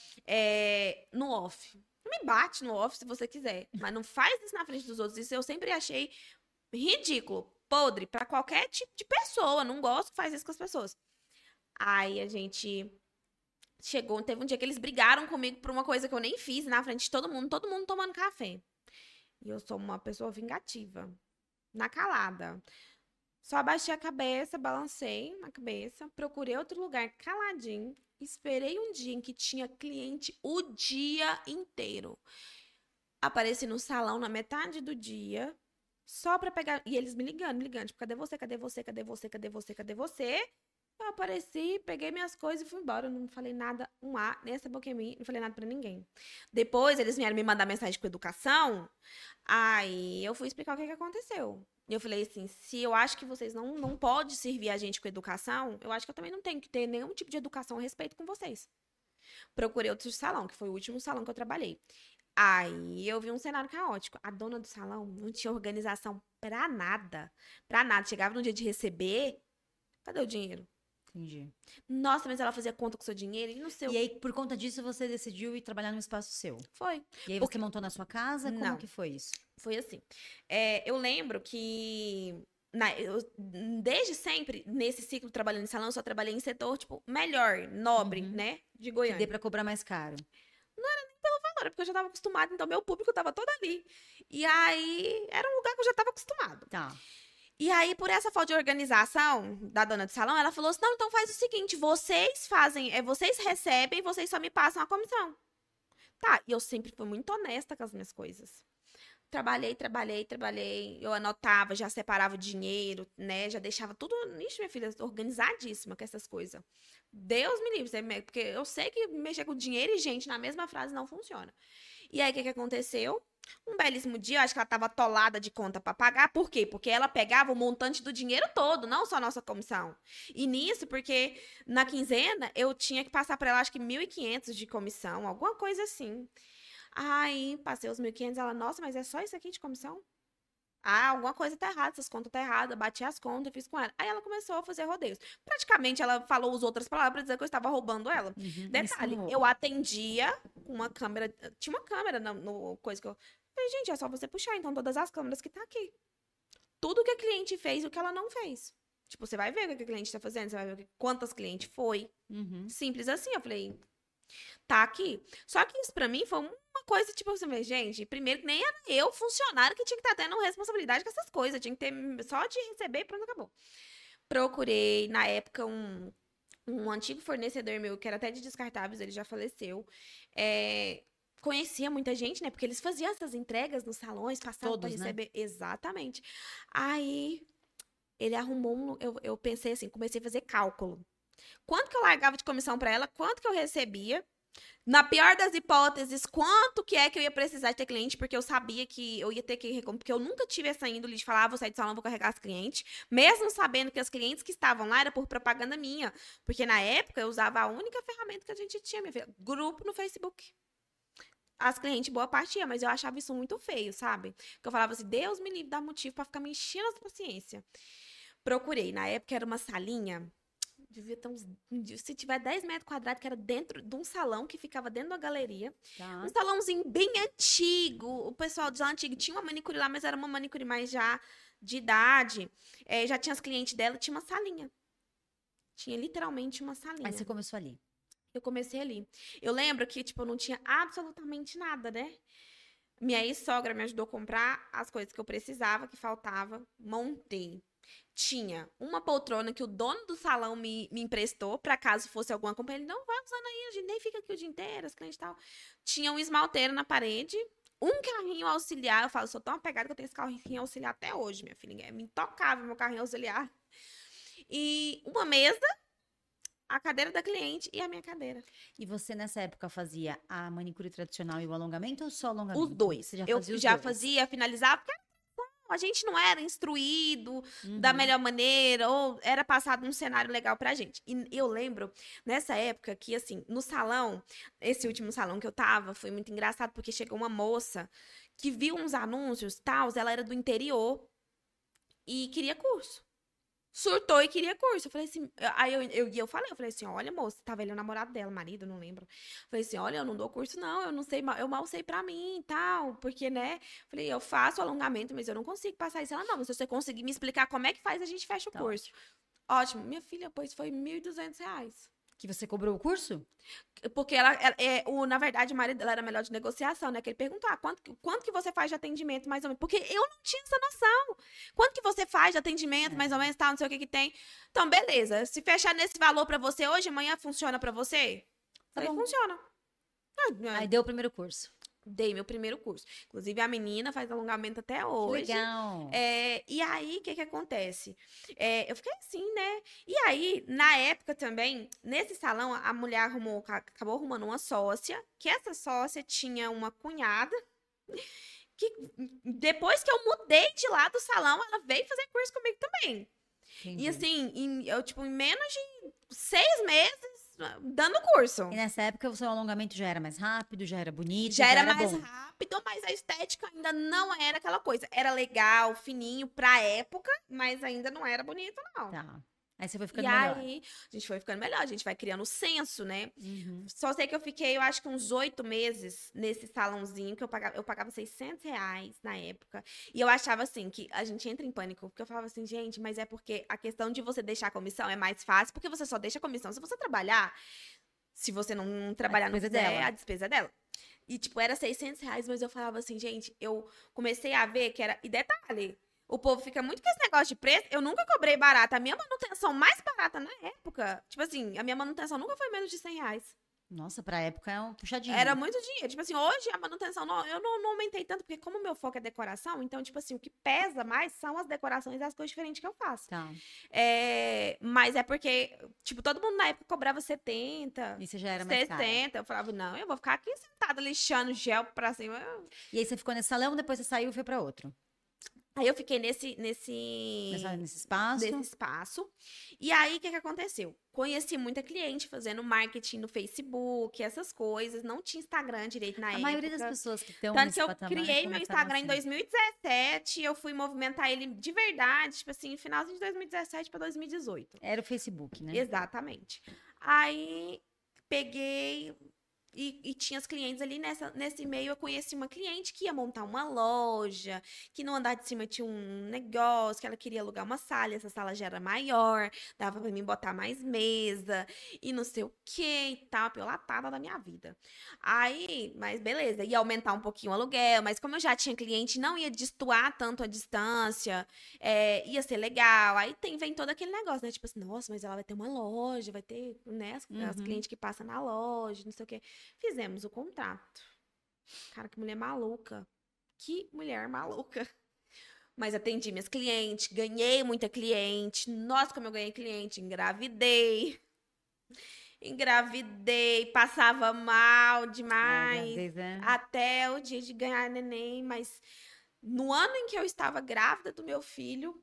no off. Me bate no off se você quiser, mas não faz isso na frente dos outros. Isso eu sempre achei ridículo, podre, pra qualquer tipo de pessoa. Não gosto que faz isso com as pessoas. Aí a gente teve um dia que eles brigaram comigo por uma coisa que eu nem fiz na frente de todo mundo tomando café. E eu sou uma pessoa vingativa, na calada. Só abaixei a cabeça, balancei na cabeça, procurei outro lugar caladinho. Esperei um dia em que tinha cliente o dia inteiro. Apareci no salão na metade do dia, só pra pegar... E eles me ligando, tipo, cadê você, cadê você, cadê você, cadê você, cadê você? Eu apareci, peguei minhas coisas e fui embora. Não falei nada, nem essa boca em mim, não falei nada pra ninguém. Depois, eles vieram me mandar mensagem com educação, aí eu fui explicar o que aconteceu. E eu falei assim, se eu acho que vocês não podem servir a gente com educação, eu acho que eu também não tenho que ter nenhum tipo de educação a respeito com vocês. Procurei outro salão, que foi o último salão que eu trabalhei. Aí eu vi um cenário caótico. A dona do salão não tinha organização pra nada. Pra nada. Chegava no dia de receber, cadê o dinheiro? Entendi. Nossa, mas ela fazia conta com o seu dinheiro e não sei o E aí, por conta disso, você decidiu ir trabalhar num espaço seu? Foi. E aí você montou na sua casa? Como que foi isso? Foi assim. Eu lembro que desde sempre, nesse ciclo trabalhando em salão, eu só trabalhei em setor, tipo, melhor, nobre, né? De Que Goiânia. dê pra cobrar mais caro. Não era nem pelo valor, porque eu já tava acostumada, então meu público tava todo ali. E aí, era um lugar que eu já tava acostumado. Tá. E aí, por essa falta de organização da dona do salão, ela falou assim, não, então faz o seguinte, vocês recebem, vocês só me passam a comissão. Tá, e eu sempre fui muito honesta com as minhas coisas. Trabalhei. Eu anotava, já separava o dinheiro, né? Já deixava tudo. Ixi, minha filha, organizadíssima com essas coisas. Deus me livre, porque eu sei que mexer com dinheiro e gente na mesma frase não funciona. E aí, o que aconteceu? Um belíssimo dia, eu acho que ela tava atolada de conta pra pagar. Por quê? Porque ela pegava o montante do dinheiro todo, não só a nossa comissão. E nisso, porque na quinzena eu tinha que passar pra ela, acho que 1.500 de comissão, alguma coisa assim. Aí, passei os 1.500, ela, nossa, mas é só isso aqui de comissão? Ah, alguma coisa tá errada, essas contas tá erradas, bati as contas, fiz com ela. Aí ela começou a fazer rodeios. Praticamente, ela falou as outras palavras pra dizer que eu estava roubando ela. Detalhe, eu atendia com uma câmera, tinha uma câmera no coisa que eu... Falei, gente, é só você puxar, então, todas as câmeras que tá aqui. Tudo que a cliente fez e o que ela não fez. Tipo, você vai ver o que a cliente tá fazendo, você vai ver quantas clientes foi. Simples assim, eu falei... Tá aqui. Só que isso pra mim foi uma coisa, tipo assim, gente, primeiro que nem era eu, funcionário, que tinha que estar tendo responsabilidade com essas coisas. Tinha que ter só de receber e pronto, acabou. Procurei, na época, um antigo fornecedor meu, que era até de descartáveis, ele já faleceu. Conhecia muita gente, né? Porque eles faziam essas entregas nos salões, passavam pra receber. Né? Exatamente. Aí, ele arrumou eu pensei assim, comecei a fazer cálculo. Quanto que eu largava de comissão pra ela, quanto que eu recebia. Na pior das hipóteses, quanto que é que eu ia precisar de ter cliente, porque eu sabia que eu ia ter que... Porque eu nunca tive essa índole de falar, vou sair do salão, vou carregar as clientes. Mesmo sabendo que as clientes que estavam lá era por propaganda minha. Porque na época eu usava a única ferramenta que a gente tinha, minha filha, grupo no Facebook. as clientes, boa parte ia, mas eu achava isso muito feio, sabe? Porque eu falava assim, Deus me livre, dá motivo pra ficar me enchendo as paciência. Procurei, na época era uma salinha, devia ter uns, se tiver 10 metros quadrados, que era dentro de um salão que ficava dentro da galeria. Tá. Um salãozinho bem antigo, o pessoal de lá antigo tinha uma manicure lá, mas era uma manicure mais já de idade. Já tinha as clientes dela, tinha uma salinha. Tinha literalmente uma Aí salinha. você começou ali. Eu comecei ali. Eu lembro que, tipo, eu não tinha absolutamente nada, né? Minha ex-sogra me ajudou a comprar as coisas que eu precisava, que faltava. Montei. Tinha uma poltrona que o dono do salão me emprestou, pra caso fosse alguma companhia. Ele, não, vai usando aí, a gente nem fica aqui o dia inteiro, as clientes e tal. Tinha um esmalteiro na parede, um carrinho auxiliar. Eu falo, sou tão apegada que eu tenho esse carrinho auxiliar até hoje, minha filha. É intocável meu carrinho auxiliar. E uma mesa, a cadeira da cliente e a minha cadeira. E você, nessa época, fazia a manicure tradicional e o alongamento ou só alongamento? Os dois. Você já Eu fazia os já dois? fazia, finalizava, porque a gente não era instruído da Uhum. melhor maneira, ou era passado um cenário legal pra gente. E eu lembro, nessa época, que assim, no salão, esse último salão que eu tava, foi muito engraçado, porque chegou uma moça que viu uns anúncios, tal, ela era do interior e queria curso. Surtou e queria curso. Eu falei assim, aí eu falei assim, olha, moça, tava ele o namorado dela, marido, não lembro. Falei assim, olha, eu não dou curso não, eu não sei, eu mal sei pra mim e tal, porque, né? Falei, eu faço alongamento, mas eu não consigo passar isso. Ela, não, mas se você conseguir me explicar como é que faz, a gente fecha o Tá curso. Ótimo. Minha filha, pois foi R$ 1.200. Que você cobrou o curso? Porque na verdade, o marido dela era melhor de negociação, né? Que ele perguntou, quanto que você faz de atendimento, mais ou menos? Porque eu não tinha essa noção. Quanto que você faz de atendimento, mais ou menos, tal, não sei o que que tem. Então, beleza. Se fechar nesse valor pra você hoje, amanhã funciona pra você? Tá Falei, bom. funciona. Aí deu o primeiro curso. Dei meu primeiro curso. Inclusive, a menina faz alongamento até Que hoje. legal. E aí, o que que acontece? Eu fiquei assim, né? E aí, na época também, nesse salão, a mulher acabou arrumando uma sócia, que essa sócia tinha uma cunhada, que depois que eu mudei de lá do salão, ela veio fazer curso comigo também. Entendi. E assim, em menos de 6 meses, dando curso. E nessa época o seu alongamento já era mais rápido, já era bonito, Já era mais bom. rápido, mas a estética ainda não era aquela coisa. Era legal, fininho pra época, mas ainda não era bonito, não. Tá. Aí você foi E ficando melhor. aí, a gente foi ficando melhor, a gente vai criando senso, né? Uhum. Só sei que eu fiquei, eu acho que uns 8 meses nesse salãozinho, que eu pagava R$ 600 na época. E eu achava assim, que a gente entra em pânico, porque eu falava assim, gente, mas é porque a questão de você deixar a comissão é mais fácil, porque você só deixa a comissão se você trabalhar. Se você não trabalhar, não despesa fizer, dela. a despesa é dela. E, tipo, era R$ 600, mas eu falava assim, gente, eu comecei a ver que era... E detalhe, o povo fica muito com esse negócio de preço. Eu nunca cobrei barata. A minha manutenção mais barata na época, tipo assim, a minha manutenção nunca foi menos de R$ 100. Nossa, pra época é um puxadinho. Era muito dinheiro. Tipo assim, hoje a manutenção, eu não aumentei tanto, porque como o meu foco é decoração, então, tipo assim, o que pesa mais são as decorações e as coisas diferentes que eu faço. Tá. Mas é porque, tipo, todo mundo na época cobrava 70, E você já era mais cara. 60. Eu falava, não, eu vou ficar aqui sentada lixando gel pra cima. E aí você ficou nesse salão, depois você saiu e foi pra outro. Aí eu fiquei nesse Espaço. espaço. E aí, o que aconteceu? Conheci muita cliente fazendo marketing no Facebook, essas coisas. Não tinha Instagram direito na A época. maioria das pessoas que estão Tanto nesse que eu patamar criei meu começaram Instagram em assim. 2017, eu fui movimentar ele de verdade, tipo assim, finalzinho de 2017 para 2018. Era o Facebook, né? Exatamente. Aí peguei e tinha as clientes ali nesse meio. Eu conheci uma cliente que ia montar uma loja, que no andar de cima tinha um negócio, que ela queria alugar uma sala, essa sala já era maior, dava pra mim botar mais mesa e não sei o que e tal, piolatada da minha vida. Aí, mas beleza, ia aumentar um pouquinho o aluguel, mas como eu já tinha cliente, não ia destoar tanto a distância, ia ser legal. Aí vem todo aquele negócio, né? Tipo assim, nossa, mas ela vai ter uma loja, vai ter, né, as clientes que passam na loja, não sei o quê. Fizemos o contrato. Cara, que mulher maluca. Que mulher maluca. Mas atendi minhas clientes, ganhei muita cliente. Nossa, como eu ganhei cliente. Engravidei, passava mal demais. Até o dia de ganhar neném. Mas no ano em que eu estava grávida do meu filho,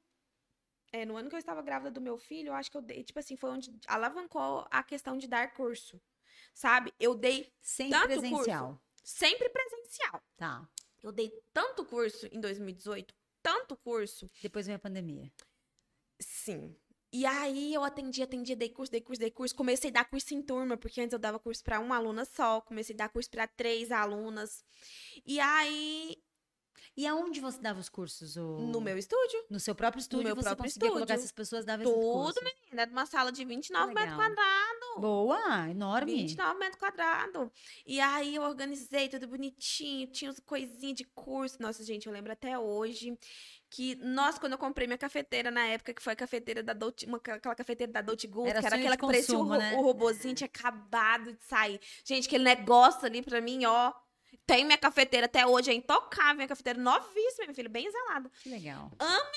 eu acho que eu dei, tipo assim, foi onde alavancou a questão de dar curso. Sabe? Eu dei Sempre tanto presencial. curso. Sempre presencial. Tá. Eu dei tanto curso em 2018, tanto curso. Depois veio a pandemia. Sim. E aí eu atendi, dei curso. Comecei a dar curso em turma, porque antes eu dava curso para uma aluna só. Comecei a dar curso para 3 alunas. E aí, E aonde você dava os cursos? no meu estúdio, No seu próprio estúdio, meu você próprio conseguia colocar estúdio. essas pessoas, dava esses Tudo, cursos. menina, numa sala de 29 Que metros legal. quadrados. Boa, enorme. 29 metros quadrados. E aí eu organizei tudo bonitinho, tinha as coisinhas de curso. Nossa, gente, eu lembro até hoje que, nossa, quando eu comprei minha cafeteira na época, que foi a cafeteira da Dolce, aquela cafeteira da Dolce Gusto, Era que era sonho aquela de que parecia consumo, né? o robozinho, tinha acabado de sair. Gente, aquele negócio ali pra mim, ó. Tem minha cafeteira até hoje, é intocável. Minha cafeteira novíssima, minha filha, bem zelada. Que legal.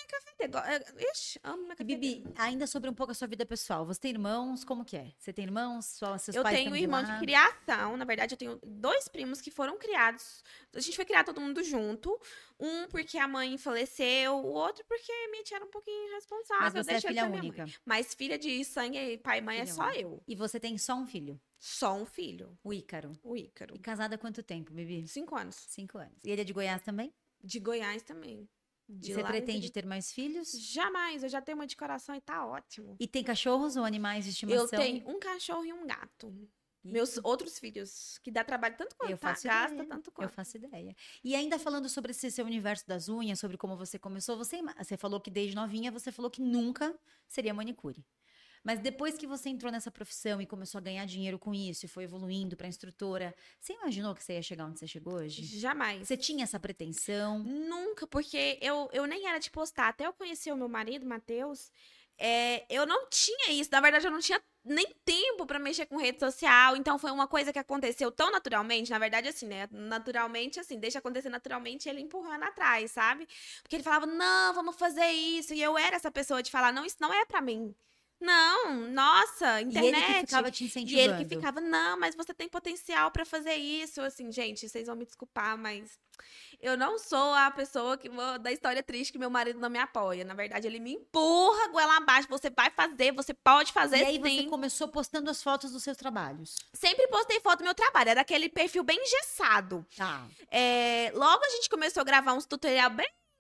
Ixi, amo minha E cafeteira. Bibi, ainda sobre um pouco a sua vida pessoal. Você tem irmãos? Como que é? Você tem irmãos? Seus Eu pais tenho um estão irmão lá? de criação. Na verdade, eu tenho 2 primos que foram criados. A gente foi criar todo mundo junto. Um porque a mãe faleceu, o outro porque minha tia era um pouquinho irresponsável. Mas você é deixou filha com a minha mãe. única. Mas filha de sangue, pai e mãe, é Filha só única. eu. E você tem só um filho, Só um filho, o Ícaro. o Ícaro. E casada há quanto tempo, Bibi? 5 anos. 5 anos. E ele é de Goiás também? De Goiás também. E De você lá, pretende ter mais filhos? Jamais, eu já tenho uma de coração e tá ótimo. E tem cachorros ou animais de estimação? Eu tenho um cachorro e um gato. Ih, Meus outros filhos, que dá trabalho tanto quanto Eu faço gasta, ideia. tanto Eu quanto. faço ideia. E ainda falando sobre esse seu universo das unhas, sobre como você começou, você falou que desde novinha você falou que nunca seria manicure. Mas depois que você entrou nessa profissão e começou a ganhar dinheiro com isso e foi evoluindo para instrutora, você imaginou que você ia chegar onde você chegou hoje? Jamais. Você tinha essa pretensão? Nunca, porque eu nem era de postar. Até eu conhecer o meu marido, Matheus, eu não tinha isso. Na verdade, eu não tinha nem tempo pra mexer com rede social. Então, foi uma coisa que aconteceu tão naturalmente. Na verdade, assim, né? Naturalmente, assim, deixa acontecer naturalmente ele empurrando atrás, sabe? Porque ele falava, não, vamos fazer isso. E eu era essa pessoa de falar, não, isso não é pra mim. Não, nossa, E internet. ele que ficava te E incentivando. ele que ficava, não, mas você tem potencial pra fazer isso. Assim, gente, vocês vão me desculpar, mas eu não sou a pessoa da história triste que meu marido não me apoia. Na verdade, ele me empurra goela abaixo. Você vai fazer, você pode fazer E aí sim. você começou postando as fotos dos seus trabalhos. Sempre postei foto do meu trabalho. Era aquele perfil bem engessado. Tá. Logo a gente começou a gravar uns tutorial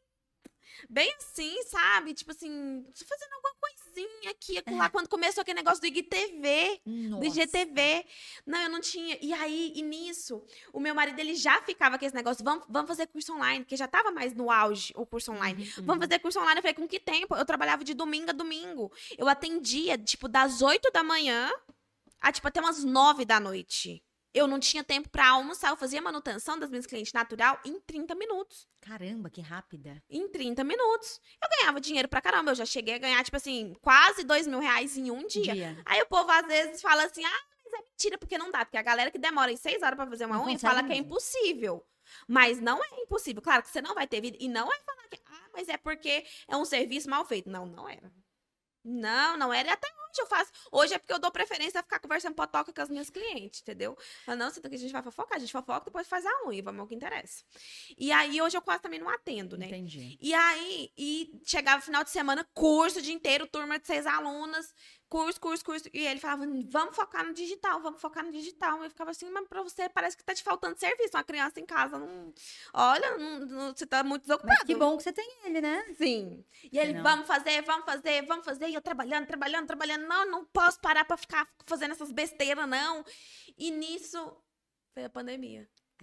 bem assim, sabe? Tipo assim, fazendo alguma coisinha aqui, lá. Quando começou aquele negócio do IGTV, do Nossa. IGTV. Não, eu não tinha. E aí, e nisso, o meu marido, ele já ficava com esse negócio, vamos fazer curso online, porque já tava mais no auge o curso online. Vamos fazer curso online. Eu falei, com que tempo? Eu trabalhava de domingo a domingo. Eu atendia, tipo, das 8 da manhã a, tipo, até umas 9 da noite. Eu não tinha tempo pra almoçar. Eu fazia manutenção das minhas clientes natural em 30 minutos. Caramba, que rápida. Em 30 minutos. Eu ganhava dinheiro pra caramba. Eu já cheguei a ganhar, tipo assim, quase R$2.000 em um dia. Aí o povo às vezes fala assim, mas é mentira, porque não dá. Porque a galera que demora 6 horas pra fazer uma Não unha consegue fala que é mesmo. impossível. Mas não é impossível. Claro que você não vai ter vida. E não é falar que, mas é porque é um serviço mal feito. Não, não era. Não era. E até hoje eu faço. Hoje é porque eu dou preferência a ficar conversando potoca com as minhas clientes, entendeu? Mas não, senta que a gente vai fofocar. A gente fofoca, depois faz a unha. Vamos ao que interessa. E aí, hoje eu quase também não atendo, né? Entendi. E aí, chegava final de semana, curso o dia inteiro, turma de 6 alunas, curso. E ele falava, vamos focar no digital. Eu ficava assim, mas pra você parece que tá te faltando serviço. Uma criança em casa, não... Olha, você tá muito desocupado. Mas que bom que você tem ele, né? Sim. E ele, Não. vamos fazer. E eu trabalhando. Não posso parar pra ficar fazendo essas besteiras, não. E nisso, foi a pandemia.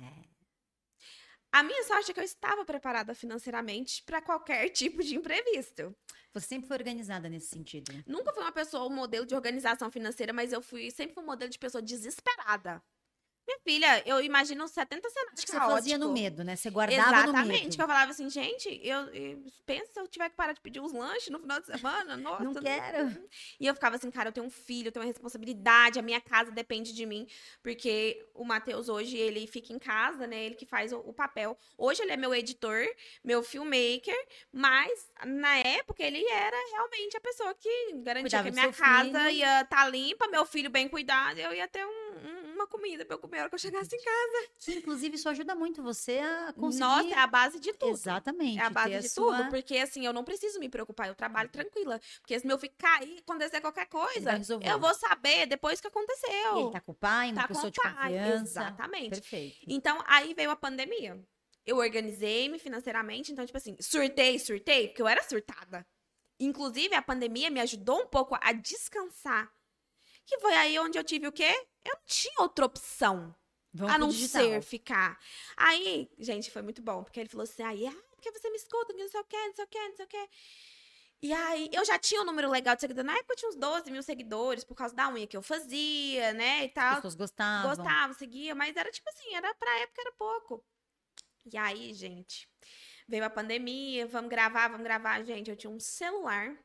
A minha sorte é que eu estava preparada financeiramente para qualquer tipo de imprevisto. Você sempre foi organizada nesse sentido. Nunca fui uma pessoa, um modelo de organização financeira, mas eu sempre fui um modelo de pessoa desesperada. Minha filha, eu imagino 70 cenários Acho que você fazia no caóticos. medo, né? Você guardava no Exatamente, medo. que eu falava assim, gente, pensa se eu tiver que parar de pedir uns lanches no final de semana, nossa. Não quero. E eu ficava assim, cara, eu tenho um filho, eu tenho uma responsabilidade, a minha casa depende de mim, porque o Matheus hoje, ele fica em casa, né, ele que faz o papel. Hoje ele é meu editor, meu filmmaker, mas na época ele era realmente a pessoa que garantia Cuidava que do minha seu casa filho. ia estar limpa, meu filho bem cuidado, eu ia ter um uma comida pra eu comer a hora que eu chegasse em casa. Que, inclusive, isso ajuda muito você a conseguir... Nossa, é a base de tudo. Exatamente. É a base ter de sua... tudo, porque assim, eu não preciso me preocupar, eu trabalho tranquila. Porque se meu filho cair, acontecer qualquer Ele coisa, vai resolver. eu vou saber depois que E aconteceu. ele tá com o pai, uma Tá pessoa com o de pai, confiança. exatamente. Perfeito. Então, aí veio a pandemia. Eu organizei-me financeiramente, então, tipo assim, surtei, porque eu era surtada. Inclusive, a pandemia me ajudou um pouco a descansar. Que foi aí onde eu tive o quê? Eu não tinha outra opção Vamos a pro não digital. ser ficar. Aí, gente, foi muito bom, porque ele falou assim, aí, porque você me escuta, que não sei o quê, não sei o quê, não sei o quê. E aí, eu já tinha um número legal de seguidores. Na época, eu tinha uns 12 mil seguidores, por causa da unha que eu fazia, né, e As tal. pessoas gostavam. Gostava, seguia, mas era tipo assim, pra época era pouco. E aí, gente, veio a pandemia, vamos gravar. Gente, eu tinha um celular,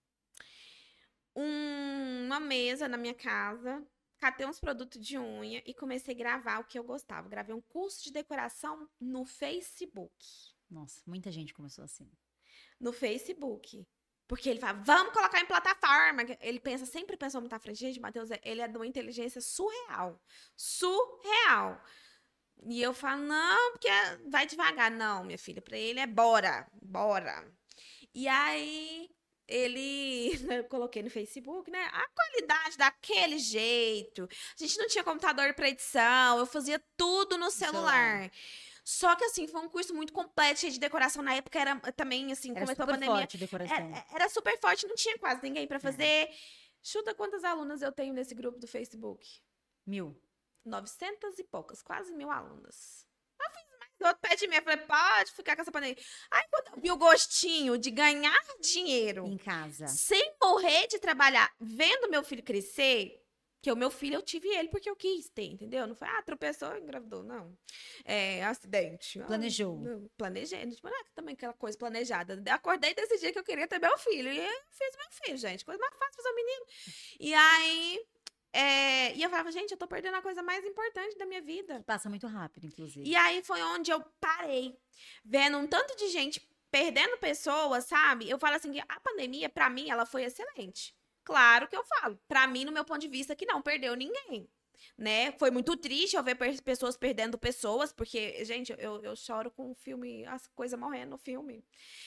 uma mesa na minha casa, catei uns produtos de unha e comecei a gravar o que eu gostava. Gravei um curso de decoração no Facebook. Nossa, muita gente começou assim. No Facebook. Porque ele fala, vamos colocar em plataforma. Ele sempre pensou muito à frente. Gente, Matheus, ele é de uma inteligência surreal. Surreal. E eu falo, não, porque vai devagar. Não, minha filha, pra ele é bora. E aí, eu coloquei no Facebook, né? A qualidade daquele jeito. A gente não tinha computador pra edição. Eu fazia tudo no celular. Só que, assim, foi um curso muito completo, cheio de decoração. Na época era também, assim, Era começou a super pandemia. forte a decoração. Era super forte, não tinha quase ninguém pra fazer. Chuta quantas alunas eu tenho nesse grupo do Facebook? 1000. 900 e poucas, quase 1000 alunas. Eu fiz mais outro pé de mim. Eu falei, pode ficar com essa pandemia. Aí, quando eu vi o gostinho de ganhar dinheiro Em casa. sem morrer de trabalhar, vendo meu filho crescer, que o meu filho, eu tive ele porque eu quis ter, entendeu? Não foi, tropeçou e engravidou, não. É, acidente. Planejou. Não, planejei. Tipo, não é também aquela coisa planejada. Acordei desse dia que eu queria ter meu filho. E eu fiz meu filho, gente. Coisa mais fácil fazer um menino. E aí, e eu falava, gente, eu tô perdendo a coisa mais importante da minha vida. Passa muito rápido, inclusive. E aí foi onde eu parei. Vendo um tanto de gente perdendo pessoas, sabe? Eu falo assim, que a pandemia, pra mim, ela foi excelente. Claro que eu falo. Pra mim, no meu ponto de vista, que não perdeu ninguém. Né? Foi muito triste eu ver pessoas perdendo pessoas, porque, gente, eu choro com o filme, as coisas morrendo no filme.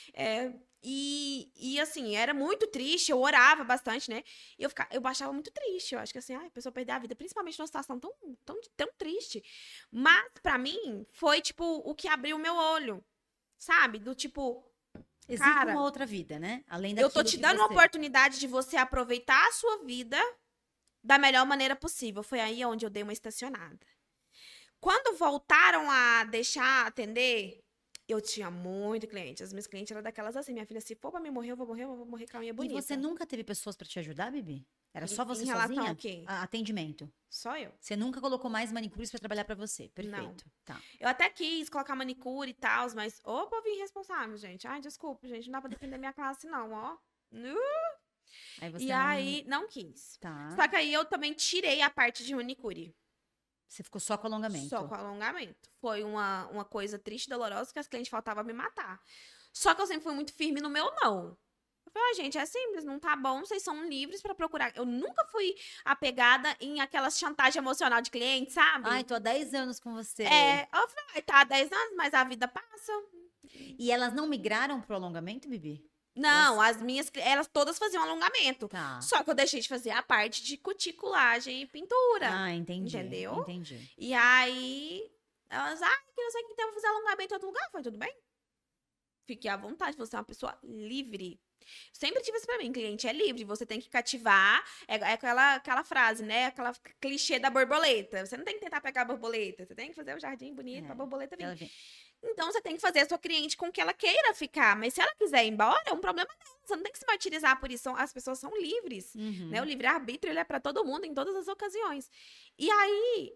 E assim, era muito triste, eu orava bastante, né? E eu achava muito triste. Eu acho que assim, a pessoa perder a vida, principalmente numa situação tão triste. Mas, pra mim, foi, tipo, o que abriu o meu olho. Sabe? Do tipo. Existe Cara, uma outra vida, né? Além eu tô daquilo te que dando uma você... oportunidade de você aproveitar a sua vida da melhor maneira possível. Foi aí onde eu dei uma estacionada. Quando voltaram a deixar atender, eu tinha muito cliente. As minhas clientes eram daquelas assim, minha filha, se for pra me morrer, eu vou morrer com a unha bonita. E você nunca teve pessoas pra te ajudar, Bibi? Era só você Em relação sozinha? ao quê? Atendimento. Só eu. Você nunca colocou mais manicures pra trabalhar pra você. Perfeito. Não. Tá. Eu até quis colocar manicure e tal, mas ô povo irresponsável, gente. Ai, desculpa, gente, não dá pra defender minha classe não, ó. Aí você E aí, não quis. Tá. Só que aí eu também tirei a parte de manicure. Você ficou só com alongamento. Só com alongamento. Foi uma coisa triste e dolorosa que as clientes faltavam me matar. Só que eu sempre fui muito firme no meu não. Eu falei, gente, é simples, não tá bom, vocês são livres pra procurar. Eu nunca fui apegada em aquelas chantagem emocional de cliente, sabe? Ai, tô há 10 anos com você. Eu falei, tá há 10 anos, mas a vida passa. E elas não migraram pro alongamento, Bibi? Não, as minhas, elas todas faziam alongamento. Tá. Só que eu deixei de fazer a parte de cuticulagem e pintura. Ah, entendi. Entendeu? Entendi. E aí, elas, que não sei o que tem, vou fazer alongamento em outro lugar. Foi tudo bem? Fique à vontade, você é uma pessoa livre. Sempre tive isso pra mim, cliente é livre, você tem que cativar, é aquela frase, né, aquela clichê da borboleta, você não tem que tentar pegar a borboleta, você tem que fazer o jardim bonito pra borboleta vir. Então, você tem que fazer a sua cliente com que ela queira ficar, mas se ela quiser ir embora, é um problema dela, você não tem que se martirizar por isso, as pessoas são livres, né, o livre-arbítrio, ele é pra todo mundo, em todas as ocasiões. E aí,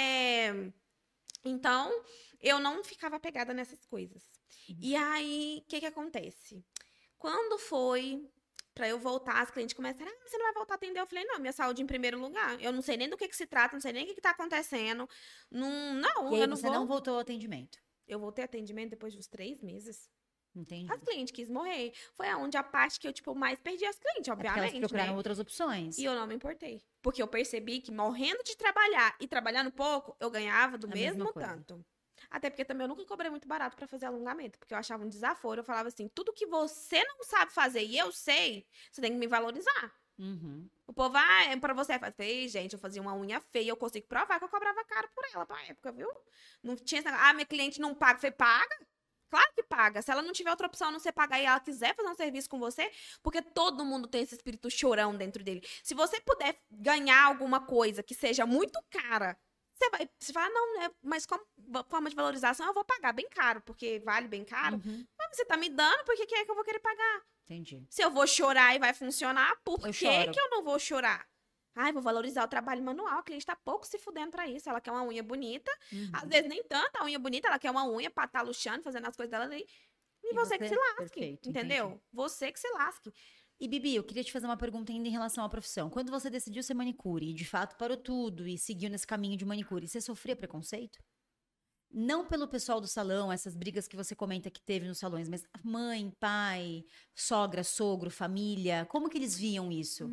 então, eu não ficava apegada nessas coisas. E aí, o que acontece? Quando foi pra eu voltar, as clientes começaram, você não vai voltar a atender? Eu falei, não, minha saúde em primeiro lugar. Eu não sei nem do que se trata, não sei nem o que tá acontecendo. Não, e aí eu não você vou. não voltou ao atendimento? Eu voltei a atendimento depois dos 3 meses. Entendi. As clientes quis morrer. Foi aonde a parte que eu, tipo, mais perdi as clientes, É porque elas obviamente, procuraram né? outras opções. E eu não me importei. Porque eu percebi que morrendo de trabalhar e trabalhando pouco, eu ganhava do A mesma mesmo coisa. tanto. Até porque também eu nunca cobrei muito barato pra fazer alongamento, porque eu achava um desaforo. Eu falava assim, tudo que você não sabe fazer e eu sei, você tem que me valorizar. Uhum. O povo, é pra você fazer. Gente, eu fazia uma unha feia, eu consigo provar que eu cobrava caro por ela pra época, viu? Não tinha esse negócio, minha cliente não paga. Eu falei, paga? Claro que paga. Se ela não tiver outra opção a não ser pagar e ela quiser fazer um serviço com você, porque todo mundo tem esse espírito chorão dentro dele. Se você puder ganhar alguma coisa que seja muito cara, você fala, não, né? Mas como forma de valorização, eu vou pagar bem caro, porque vale bem caro. Uhum. Mas você tá me dando, por que que é que eu vou querer pagar? Entendi. Se eu vou chorar e vai funcionar, por Eu que choro. que eu não vou chorar? Ai, vou valorizar o trabalho manual. A cliente tá pouco se fudendo pra isso. Ela quer uma unha bonita. Às Uhum. vezes nem tanto a unha bonita, ela quer uma unha pra estar luxando, fazendo as coisas dela ali. E você que se lasque, Perfeito, entendeu? entendi. Você que se lasque. E Bibi, eu queria te fazer uma pergunta ainda em relação à profissão. Quando você decidiu ser manicure e de fato parou tudo e seguiu nesse caminho de manicure, você sofria preconceito? Não pelo pessoal do salão, essas brigas que você comenta que teve nos salões, mas mãe, pai, sogra, sogro, família, como que eles viam isso?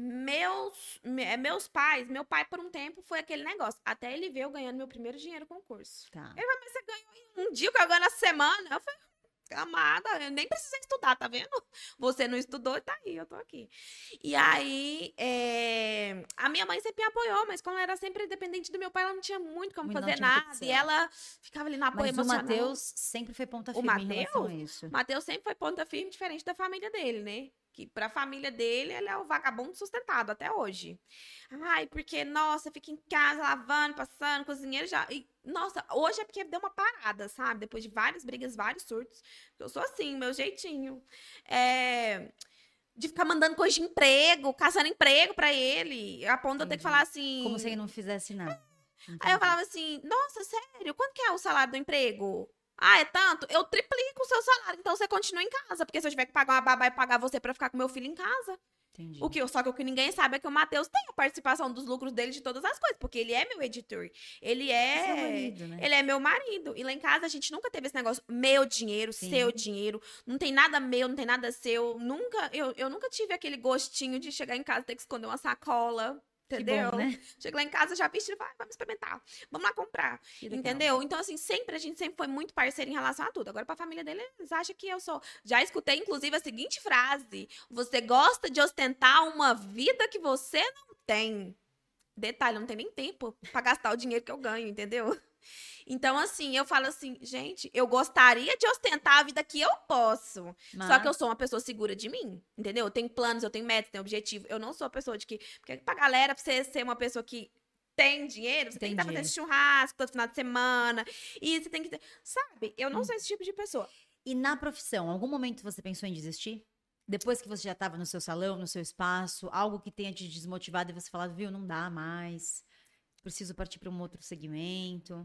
Meus pais, meu pai por um tempo foi aquele negócio. Até ele ver eu ganhando meu primeiro dinheiro com o curso. Tá. Ele vai, mas você ganhou em um dia que eu ganho na semana. Eu falei, amada, eu nem precisei estudar, tá vendo? Você não estudou, tá aí, eu tô aqui. E aí, a minha mãe sempre me apoiou, mas como ela era sempre dependente do meu pai, ela não tinha muito como Não fazer tinha muita nada. E opção. ela ficava ali no apoio Mas o emocional. Matheus sempre foi ponta O firme em relação a Matheus? isso. Matheus sempre foi ponta firme, diferente da família dele, né? Que pra família dele, ele é o vagabundo sustentado até hoje. Ai, porque, nossa, fica em casa lavando, passando, cozinheiro já. E, nossa, hoje é porque deu uma parada, sabe? Depois de várias brigas, vários surtos. Eu sou assim, meu jeitinho. De ficar mandando coisa de emprego, caçando emprego pra ele. A ponto de eu ter que falar assim. Como se ele não fizesse nada. Aí eu Entendi. falava assim, nossa, sério, quanto que é o salário do emprego? Ah, é tanto? Eu triplico o seu salário, então você continua em casa. Porque se eu tiver que pagar uma babá e pagar você pra ficar com meu filho em casa. Entendi. Só que o que ninguém sabe é que o Matheus tem a participação dos lucros dele de todas as coisas, porque ele é meu editor. Ele Seu marido, né? ele é meu marido. E lá em casa a gente nunca teve esse negócio, meu dinheiro, Sim. seu dinheiro. Não tem nada meu, não tem nada seu. Eu nunca tive aquele gostinho de chegar em casa e ter que esconder uma sacola. Que Entendeu? bom, né? Chego lá em casa, já vesti e vai, vamos experimentar. Vamos lá comprar. Que legal. Entendeu? Então, assim, a gente sempre foi muito parceiro em relação a tudo. Agora, pra família dele, eles acham que eu sou. Já escutei, inclusive, a seguinte frase: você gosta de ostentar uma vida que você não tem. Detalhe, eu não tenho nem tempo pra gastar o dinheiro que eu ganho, entendeu? Então, assim, eu falo assim, gente, eu gostaria de ostentar a vida que eu posso. Só que eu sou uma pessoa segura de mim, entendeu? Eu tenho planos, eu tenho metas, tenho objetivo. Eu não sou a pessoa de que. Porque pra galera, pra você ser uma pessoa que tem dinheiro, você tem que estar fazendo churrasco todo final de semana. E você tem que. Sabe? Eu não sou esse tipo de pessoa. E na profissão, em algum momento você pensou em desistir? Depois que você já estava no seu salão, no seu espaço, algo que tenha te desmotivado e você falado, viu, não dá mais, preciso partir para um outro segmento.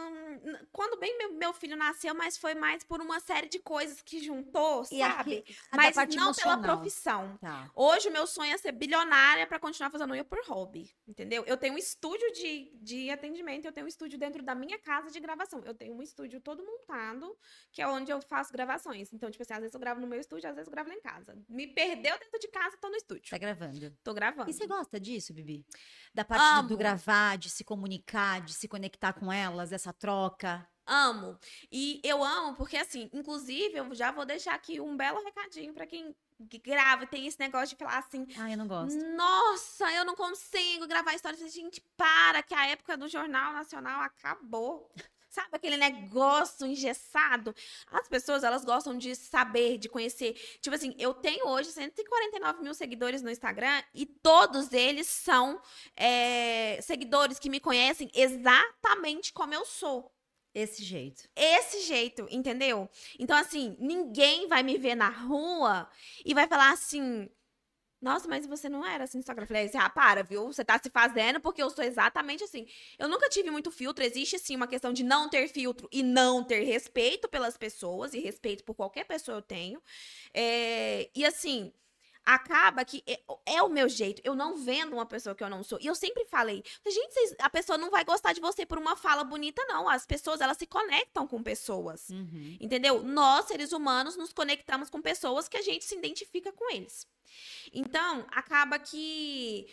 Quando bem meu filho nasceu, mas foi mais por uma série de coisas que juntou, E sabe? da Mas parte não pela emocional. profissão. Tá. Hoje o meu sonho é ser bilionária pra continuar fazendo unha por hobby, entendeu? Eu tenho um estúdio de atendimento, eu tenho um estúdio dentro da minha casa de gravação. Eu tenho um estúdio todo montado, que é onde eu faço gravações. Então, tipo assim, às vezes eu gravo no meu estúdio, às vezes eu gravo lá em casa. Me perdeu dentro de casa, tô no estúdio. Tá gravando. Tô gravando. E você gosta disso, Bibi? Da parte do gravar, de se comunicar, de se conectar com elas, essa troca? Amo. E eu amo porque, assim, inclusive, eu já vou deixar aqui um belo recadinho pra quem grava e tem esse negócio de falar assim, Ah, eu não gosto. nossa, eu não consigo gravar histórias. Gente, para, que a época do Jornal Nacional acabou. Sabe aquele negócio engessado? As pessoas, elas gostam de saber, de conhecer. Tipo assim, eu tenho hoje 149 mil seguidores no Instagram e todos eles são seguidores que me conhecem exatamente como eu sou. Esse jeito. Esse jeito, entendeu? Então, assim, ninguém vai me ver na rua e vai falar assim... Nossa, mas você não era assim no Instagram. Eu falei assim, para, viu? Você tá se fazendo porque eu sou exatamente assim. Eu nunca tive muito filtro. Existe, sim, uma questão de não ter filtro e não ter respeito pelas pessoas. E respeito por qualquer pessoa eu tenho. E, assim, acaba que é o meu jeito. Eu não vendo uma pessoa que eu não sou. E eu sempre falei, gente, a pessoa não vai gostar de você por uma fala bonita, não. As pessoas, elas se conectam com pessoas. Entendeu? Nós, seres humanos, nos conectamos com pessoas que a gente se identifica com eles. Então, acaba que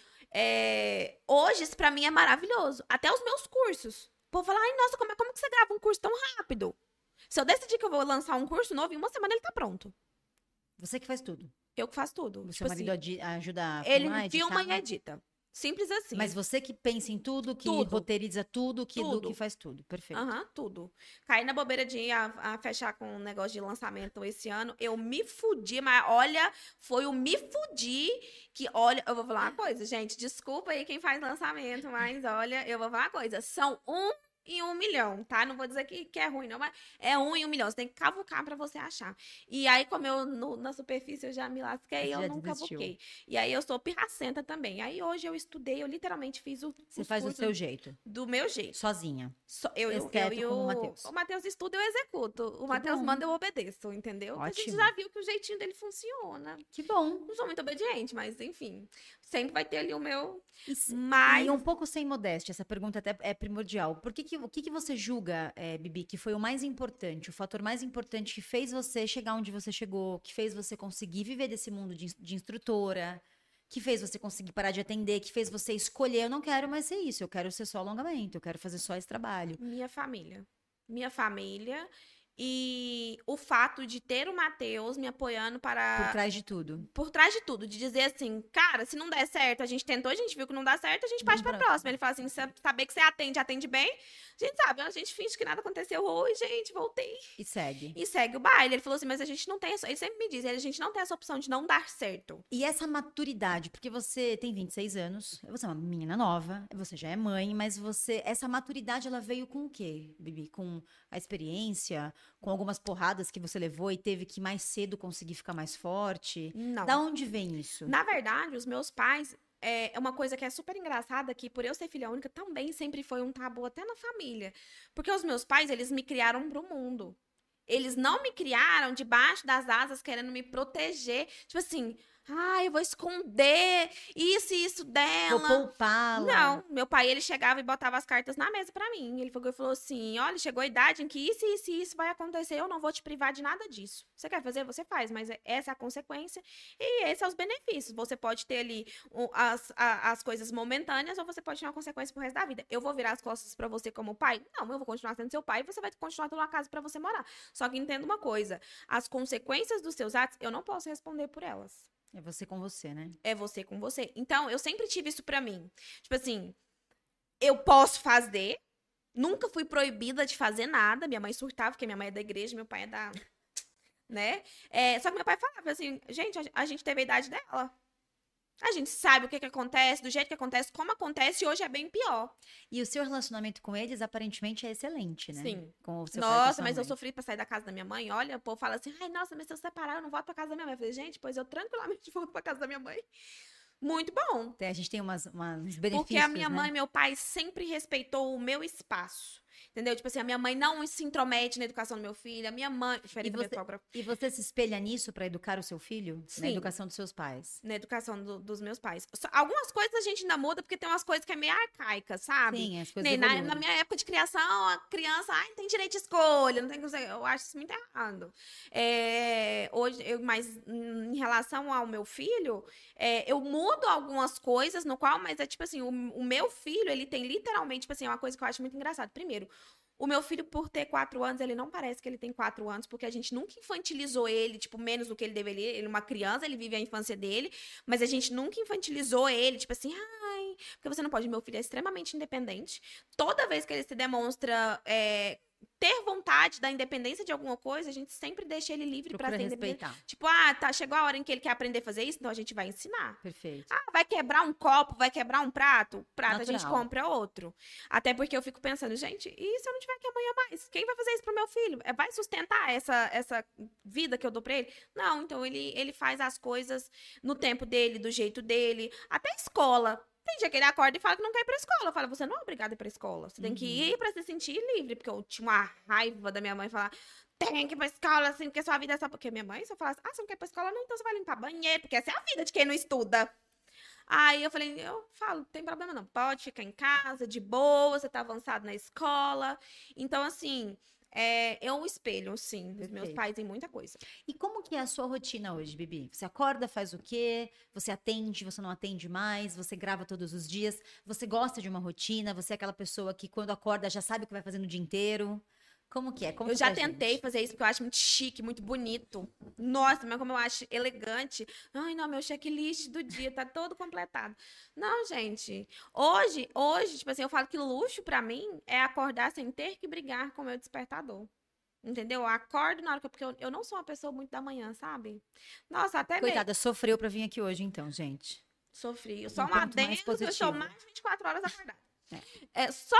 hoje, isso pra mim é maravilhoso. Até os meus cursos. O povo fala, ai, nossa, como que você grava um curso tão rápido? Se eu decidir que eu vou lançar um curso novo, em uma semana ele tá pronto. Você que faz tudo. Eu que faço tudo. O seu marido ajuda a ele filmar, filma editar? e edita. Simples assim. Mas você que pensa em tudo, que Tudo. roteiriza tudo, que faz tudo. Perfeito. Tudo. Caí na bobeira de ir a fechar com um negócio de lançamento esse ano. Eu me fudi, mas olha, foi o me fudi que, olha, eu vou falar uma coisa, gente. Desculpa aí quem faz lançamento, mas olha, eu vou falar uma coisa. São 1 em 1 milhão, tá? Não vou dizer que é ruim, não, mas é 1 em 1 milhão. Você tem que cavucar pra você achar. E aí, como eu na superfície eu já me lasquei, eu não cavuquei. E aí eu sou pirracenta também. Aí hoje eu estudei, eu literalmente fiz o Você faz do seu jeito. Do meu jeito. Sozinha. Eu e o Matheus. O Matheus estuda, eu executo. O Matheus manda, eu obedeço, entendeu? Ótimo. A gente já viu que o jeitinho dele funciona. Que bom. Não sou muito obediente, mas enfim. Sempre vai ter ali o meu... E um pouco sem modéstia, essa pergunta até é primordial. O que você julga, Bibi, que foi o mais importante, o fator mais importante que fez você chegar onde você chegou, que fez você conseguir viver desse mundo de instrutora, que fez você conseguir parar de atender, que fez você escolher, eu não quero mais ser isso, eu quero ser só alongamento, eu quero fazer só esse trabalho. Minha família. Minha família e o fato de ter o Matheus me apoiando para... Por trás de tudo. Por trás de tudo. De dizer assim, cara, se não der certo, a gente tentou, a gente viu que não dá certo, a gente parte pra próxima. Ele fala assim, saber que você atende bem. A gente sabe, a gente finge que nada aconteceu. Oi, gente, voltei. E segue. E segue o baile. Ele falou assim, mas a gente não tem... Ele sempre me diz, a gente não tem essa opção de não dar certo. E essa maturidade, porque você tem 26 anos, você é uma menina nova, você já é mãe, mas essa maturidade, ela veio com o quê, Bibi? Com a experiência, com algumas porradas que você levou e teve que mais cedo conseguir ficar mais forte? Não. Da onde vem isso? Na verdade, os meus pais... É uma coisa que é super engraçada, que por eu ser filha única, também sempre foi um tabu até na família. Porque os meus pais, eles me criaram pro mundo. Eles não me criaram debaixo das asas querendo me proteger. Tipo assim, eu vou esconder isso e isso dela. Vou poupá-la. Não, meu pai, ele chegava e botava as cartas na mesa pra mim. Ele falou assim, olha, chegou a idade em que isso e isso e isso vai acontecer, eu não vou te privar de nada disso. Você quer fazer, você faz, mas essa é a consequência e esses são os benefícios. Você pode ter ali as coisas momentâneas ou você pode ter uma consequência pro resto da vida. Eu vou virar as costas pra você como pai? Não, eu vou continuar sendo seu pai e você vai continuar tendo uma casa pra você morar. Só que entenda uma coisa, as consequências dos seus atos, eu não posso responder por elas. É você com você, né? É você com você. Então, eu sempre tive isso pra mim. Tipo assim, eu posso fazer, nunca fui proibida de fazer nada. Minha mãe surtava, porque minha mãe é da igreja, meu pai é da... né? Só que meu pai falava assim, gente, a gente teve a idade dela. A gente sabe o que acontece, do jeito que acontece, como acontece, e hoje é bem pior. E o seu relacionamento com eles, aparentemente, é excelente, né? Sim. Com o seu nossa, pai, com mas eu sofri pra sair da casa da minha mãe. Olha, o povo fala assim, ai, nossa, mas se eu separar, eu não volto pra casa da minha mãe. Eu falei, gente, pois eu tranquilamente volto pra casa da minha mãe. Muito bom. A gente tem uns benefícios, porque a minha mãe e meu pai sempre respeitou o meu espaço. Entendeu? Tipo assim, a minha mãe não se intromete na educação do meu filho. A minha mãe... E você se espelha nisso pra educar o seu filho? Sim. Na educação dos seus pais? Na educação dos meus pais. Algumas coisas a gente ainda muda, porque tem umas coisas que é meio arcaica, sabe? Sim, as coisas na minha época de criação, a criança não tem direito de escolha, não tem... Eu acho isso muito errado. Mas em relação ao meu filho, eu mudo algumas coisas no qual, mas é tipo assim, o meu filho, ele tem literalmente, tipo assim, uma coisa que eu acho muito engraçada. Primeiro, o meu filho, por ter 4 anos, ele não parece que ele tem 4 anos, porque a gente nunca infantilizou ele, tipo, menos do que ele deveria. Ele é uma criança, ele vive a infância dele, mas a gente nunca infantilizou ele, tipo assim, ai, porque você não pode. Meu filho é extremamente independente. Toda vez que ele se demonstra ter vontade da independência de alguma coisa, a gente sempre deixa ele livre pra ser independente. Tipo, chegou a hora em que ele quer aprender a fazer isso, então a gente vai ensinar. Perfeito. Vai quebrar um copo, vai quebrar um prato? Prato Natural. a gente compra outro. Até porque eu fico pensando, gente, e se eu não tiver aqui amanhã mais? Quem vai fazer isso pro meu filho? Vai sustentar essa vida que eu dou pra ele? Não, então ele faz as coisas no tempo dele, do jeito dele. Até escola. Tem dia que ele acorda e fala que não quer ir pra escola. Eu falo, você não é obrigada a ir pra escola. Você tem que ir pra se sentir livre. Porque eu tinha uma raiva da minha mãe falar, tem que ir pra escola, assim, porque sua vida é só... Porque minha mãe só fala assim, você não quer ir pra escola? Não, então você vai limpar banheiro, porque essa é a vida de quem não estuda. Aí eu falo, não tem problema não, pode ficar em casa, de boa, você tá avançado na escola. Então, assim, eu espelho, sim, os meus pais em muita coisa. E como que é a sua rotina hoje, Bibi? Você acorda, faz o quê? Você atende, você não atende mais? Você grava todos os dias? Você gosta de uma rotina? Você é aquela pessoa que quando acorda já sabe o que vai fazer no dia inteiro? Como que é? Conta Eu já pra tentei gente. fazer isso porque eu acho muito chique, muito bonito. Nossa, mas como eu acho elegante. Ai, não, meu checklist do dia tá todo completado. Não, gente. Hoje, tipo assim, eu falo que luxo pra mim é acordar sem ter que brigar com o meu despertador. Entendeu? Eu acordo na hora que porque eu não sou uma pessoa muito da manhã, sabe? Nossa, até meio Coitada, sofreu pra vir aqui hoje então, gente. sofri. Eu sou Um uma ponto mais adendo que eu estou positivo. mais de 24 horas acordada. É. Só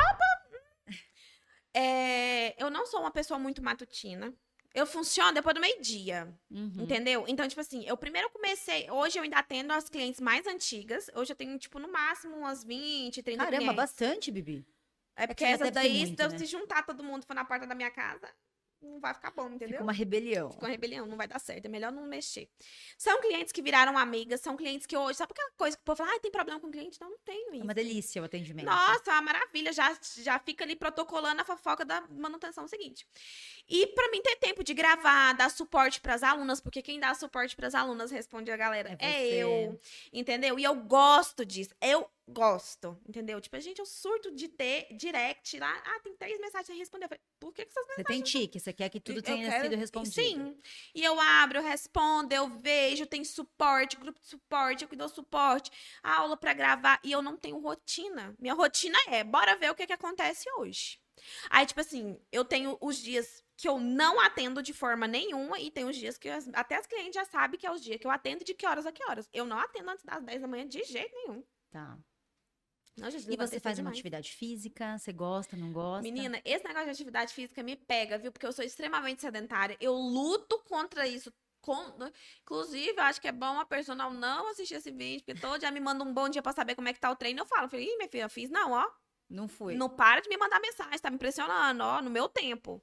eu não sou uma pessoa muito matutina. Eu funciono depois do meio-dia, Uhum. entendeu? Então, tipo assim, eu primeiro comecei... Hoje eu ainda atendo as clientes mais antigas. Hoje eu tenho, tipo, no máximo umas 20, 30 Caramba, clientes. bastante, Bibi. É porque que já essas deve ter daí, muito, se eu né? se juntar todo mundo for na porta da minha casa, não vai ficar bom, entendeu? Fica uma rebelião. Com a rebelião, não vai dar certo, é melhor não mexer. São clientes que viraram amigas, são clientes que hoje... Sabe aquela coisa que o povo fala, tem problema com cliente? Não, não tenho É isso. uma delícia o atendimento. Nossa, é uma maravilha, já fica ali protocolando a fofoca da manutenção seguinte. E pra mim ter tempo de gravar, dar suporte pras alunas, porque quem dá suporte pras alunas, responde a galera, é você. eu, entendeu? E eu gosto disso, eu gosto, entendeu? Tipo, gente, eu surto de ter direct lá, tem 3 mensagens sem responder. Eu falei, por que essas Você tem tique, você quer que tudo eu tenha quero... sido respondido. Sim. E eu abro, eu respondo, eu vejo, tem suporte, grupo de suporte, eu que dou suporte, aula pra gravar. E eu não tenho rotina. Minha rotina bora ver o que acontece hoje. Aí, tipo assim, eu tenho os dias que eu não atendo de forma nenhuma e tem os dias que até as clientes já sabem que é os dias que eu atendo de que horas a que horas. Eu não atendo antes das 10 da manhã de jeito nenhum. Tá. Não, Jesus, E você faz uma demais. atividade física? Você gosta, não gosta? Menina, esse negócio de atividade física me pega, viu? Porque eu sou extremamente sedentária. Eu luto contra isso. Inclusive, eu acho que é bom a personal não assistir esse vídeo, porque todo dia me manda um bom dia pra saber como é que tá o treino. Eu falo, ih, minha filha, eu fiz. Não, ó. Não fui. Não para de me mandar mensagem, tá me impressionando, ó, no meu tempo.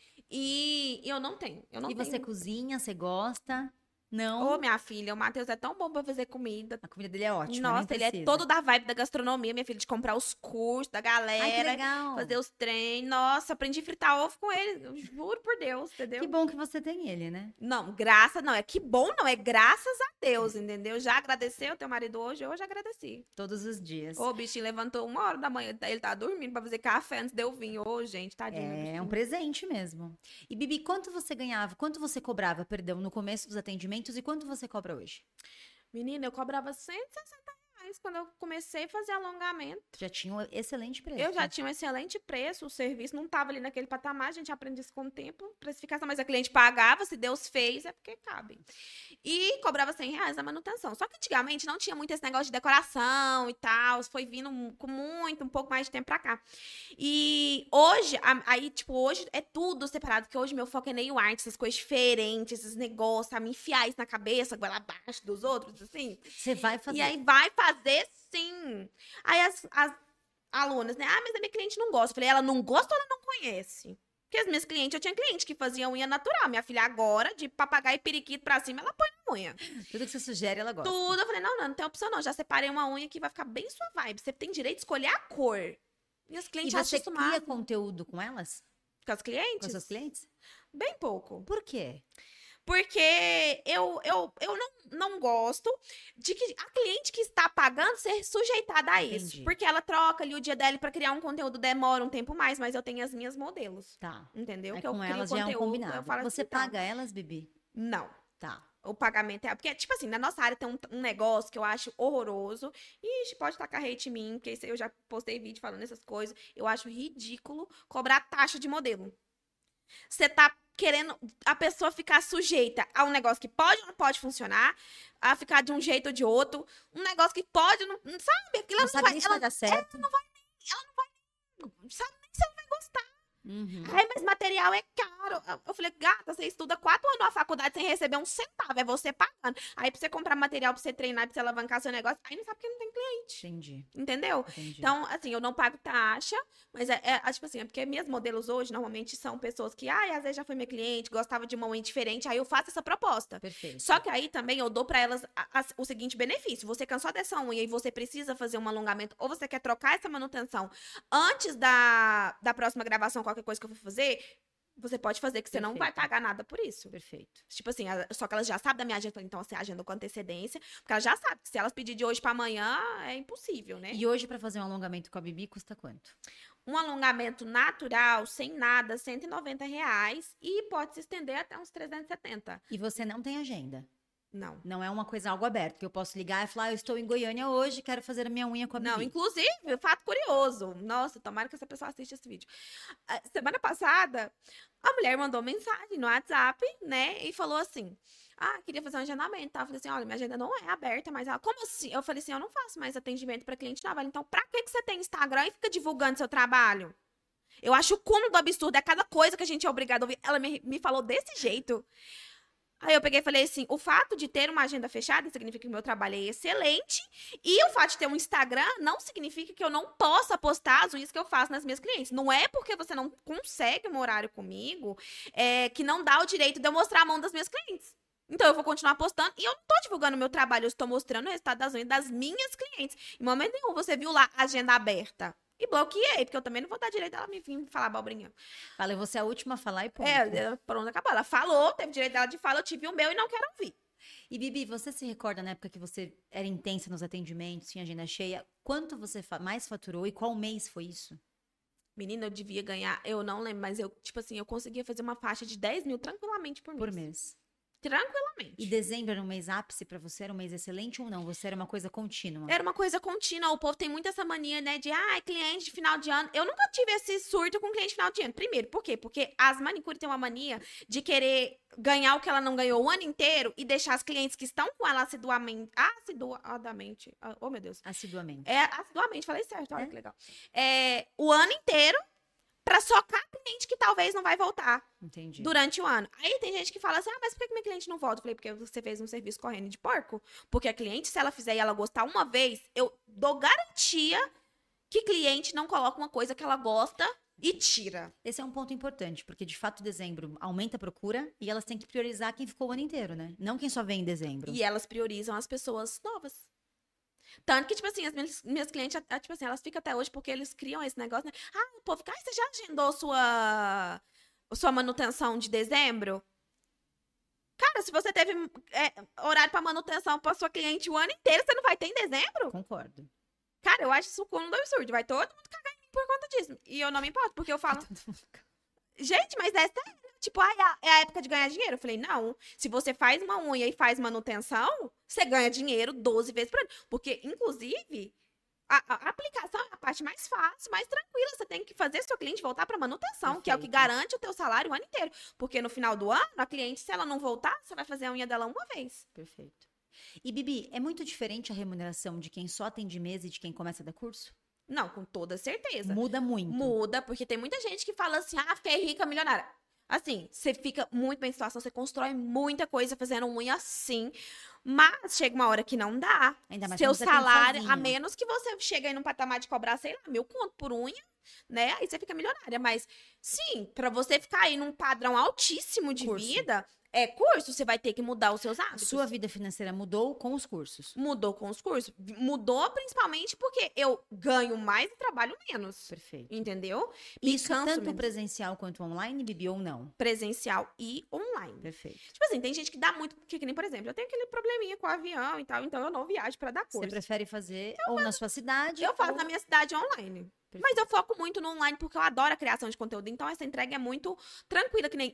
E eu não tenho. E você cozinha, você gosta? Não. Ô, minha filha, o Matheus é tão bom pra fazer comida. A comida dele é ótima, nem Nossa, ele é precisa. todo da vibe da gastronomia, minha filha, de comprar os cursos da galera. Ai, que legal. Fazer os treinos. Nossa, aprendi a fritar ovo com ele. Eu juro por Deus, entendeu? Que bom que você tem ele, né? Não, não. É que bom, não. É graças a Deus, entendeu? Já agradeceu teu marido hoje? Hoje agradeci. Todos os dias. Ô, o bichinho levantou 1 hora da manhã. Ele tá dormindo pra fazer café antes de eu vir. Ô, gente, tadinho. É um presente mesmo. E, Bibi, quanto você ganhava, quanto você cobrava, perdão, no começo dos atendimentos e quanto você cobra hoje? Menina, eu cobrava 160 reais quando eu comecei a fazer alongamento. Já tinha um excelente preço. Eu já tinha um excelente preço, o serviço não estava ali naquele patamar, a gente aprende isso com o tempo, precificação, mas a cliente pagava, se Deus fez, é porque cabe. E cobrava 100 reais a manutenção. Só que antigamente não tinha muito esse negócio de decoração e tal, foi vindo com um pouco mais de tempo pra cá. E hoje, hoje é tudo separado, porque hoje meu foco é nail art, essas coisas diferentes, esses negócios, sabe, enfiar isso na cabeça, goela abaixo dos outros, assim. Você vai fazer. E aí vai fazer sim. Aí as alunas, né? Mas a minha cliente não gosta. Eu falei, ela não gosta ou ela não conhece? Porque as minhas clientes, eu tinha cliente que fazia unha natural. Minha filha agora, de papagaio e periquito pra cima, ela põe na unha. Tudo que você sugere, ela gosta. Tudo. Eu falei, não tem opção não. Já separei uma unha que vai ficar bem sua vibe. Você tem direito de escolher a cor. Minhas E clientes você acham cria conteúdo com elas? com as clientes? Com as suas clientes? Bem pouco. Por quê? Porque eu não gosto de que a cliente que está pagando ser sujeitada a isso. Entendi. Porque ela troca ali o dia dela para criar um conteúdo, demora um tempo mais, mas eu tenho as minhas modelos. Tá. Entendeu? Aí Que eu com crio elas já é um conteúdo, combinado. eu falo assim, Você então, paga elas, Bibi? Não. Tá. O pagamento é... Porque, tipo assim, na nossa área tem um negócio que eu acho horroroso. Ixi, pode tacar hate em mim, porque eu já postei vídeo falando essas coisas. Eu acho ridículo cobrar taxa de modelo. Você tá querendo a pessoa ficar sujeita a um negócio que pode ou não pode funcionar, a ficar de um jeito ou de outro, um negócio que pode, não sabe? Aquilo Não sabe nem se vai dar certo. sabe nem se ela vai gostar. Uhum. Ai, mas material é caro. Eu falei, gata, você estuda 4 anos na faculdade sem receber um centavo, é você pagando. Aí pra você comprar material, pra você treinar, pra você alavancar seu negócio, aí não sabe que não tem cliente. Entendi, Entendeu? entendi. Então, assim, eu não pago taxa, mas tipo assim, é porque minhas modelos hoje, normalmente, são pessoas que, às vezes já foi minha cliente, gostava de uma unha diferente, aí eu faço essa proposta. Perfeito. Só que aí também eu dou pra elas o seguinte benefício: você cansou dessa unha e você precisa fazer um alongamento, ou você quer trocar essa manutenção antes da próxima gravação, qualquer coisa que eu for fazer, você pode fazer, que você não vai Perfeito. pagar nada por isso. Perfeito. Tipo assim, só que elas já sabem da minha agenda, então você agenda com antecedência, porque elas já sabem que se elas pedirem de hoje pra amanhã, é impossível, né? E hoje, pra fazer um alongamento com a Bibi, custa quanto? Um alongamento natural, sem nada, R$ 190, e pode se estender até uns 370. E você não tem agenda. Não. Não é uma coisa algo aberto, que eu posso ligar e falar, eu estou em Goiânia hoje, quero fazer a minha unha com a Não, Bibi. inclusive, fato curioso. Nossa, tomara que essa pessoa assista esse vídeo. Semana passada, a mulher mandou mensagem no WhatsApp, né? E falou assim: queria fazer um agendamento. Tá? Eu falei assim: olha, minha agenda não é aberta, mas ela, como assim? Eu falei assim: eu não faço mais atendimento para cliente nova. Então, pra que você tem Instagram e fica divulgando seu trabalho? Eu acho o cúmulo do absurdo, é cada coisa que a gente é obrigado a ouvir. Ela me falou desse jeito. Aí eu peguei e falei assim: o fato de ter uma agenda fechada significa que o meu trabalho é excelente. E o fato de ter um Instagram não significa que eu não possa postar as unhas que eu faço nas minhas clientes. Não é porque você não consegue um horário comigo que não dá o direito de eu mostrar a mão das minhas clientes. Então eu vou continuar postando e eu não tô divulgando o meu trabalho, eu estou mostrando o resultado das unhas das minhas clientes. Em momento nenhum você viu lá agenda aberta. E bloqueei, porque eu também não vou dar direito dela me vir falar abobrinha. Falei, você é a última a falar e ponto. Pronto, acabou. Ela falou, teve direito dela de fala, eu tive o meu e não quero ouvir. E Bibi, você se recorda na época que você era intensa nos atendimentos, tinha agenda cheia? Quanto você mais faturou e qual mês foi isso? Menina, eu devia ganhar, eu não lembro, mas eu, tipo assim, eu conseguia fazer uma faixa de 10 mil tranquilamente por mês. Por mês. Tranquilamente. E dezembro era um mês ápice pra você? Era um mês excelente ou não? Você era uma coisa contínua? Era uma coisa contínua. O povo tem muito essa mania, né, de, cliente de final de ano. Eu nunca tive esse surto com cliente de final de ano. Primeiro, por quê? Porque as manicures têm uma mania de querer ganhar o que ela não ganhou o ano inteiro e deixar as clientes que estão com ela assiduadamente. Oh, meu Deus. Assiduamente. Assiduamente, falei certo, olha que legal. O ano inteiro pra socar cliente que talvez não vai voltar. Entendi. Durante o ano. Aí tem gente que fala assim, mas por que minha cliente não volta? Eu falei, porque você fez um serviço correndo de porco. Porque a cliente, se ela fizer e ela gostar uma vez, eu dou garantia que cliente não coloca uma coisa que ela gosta e tira. Esse é um ponto importante, porque de fato dezembro aumenta a procura e elas têm que priorizar quem ficou o ano inteiro, né? Não quem só vem em dezembro. E elas priorizam as pessoas novas. Tanto que, tipo assim, as minhas clientes, tipo assim, elas ficam até hoje porque eles criam esse negócio, né? O povo fica, você já agendou sua manutenção de dezembro? Cara, se você teve horário pra manutenção pra sua cliente o ano inteiro, você não vai ter em dezembro? Concordo. Cara, eu acho isso o cúmulo do absurdo. Vai todo mundo cagar em mim por conta disso. E eu não me importo, porque eu falo, gente, mas é sério. Tipo, é a época de ganhar dinheiro. Eu falei, não. Se você faz uma unha e faz manutenção, você ganha dinheiro 12 vezes por ano. Porque, inclusive, a aplicação é a parte mais fácil, mais tranquila. Você tem que fazer seu cliente voltar para manutenção, que é o que garante o teu salário o ano inteiro. Porque no final do ano, a cliente, se ela não voltar, você vai fazer a unha dela uma vez. Perfeito. E, Bibi, é muito diferente a remuneração de quem só atende mês e de quem começa a dar curso? Não, com toda certeza. Muda muito. Muda, porque tem muita gente que fala assim, fiquei rica, milionária. Assim, você fica muito bem em situação, você constrói muita coisa fazendo unha assim, mas chega uma hora que não dá. Ainda mais seu quando você atende salário, a sozinho. menos que você chegue aí num patamar de cobrar, sei lá, 1.000 conto por unha, né? Aí você fica milionária. Mas, sim, pra você ficar aí num padrão altíssimo de Curso. vida, você vai ter que mudar os seus hábitos. Sua vida financeira mudou com os cursos? Mudou com os cursos. Mudou principalmente porque eu ganho mais e trabalho menos. Perfeito. Entendeu? Isso canso tanto menos. presencial quanto online, Bibi, ou não? Presencial e online. Perfeito. Tipo assim, tem gente que dá muito, que nem, por exemplo, eu tenho aquele probleminha com o avião e tal, então eu não viajo pra dar Você curso. prefere fazer ou na sua cidade? Eu faço ou... na minha cidade online. Perfeito. Mas eu foco muito no online porque eu adoro a criação de conteúdo. Então essa entrega é muito tranquila, que nem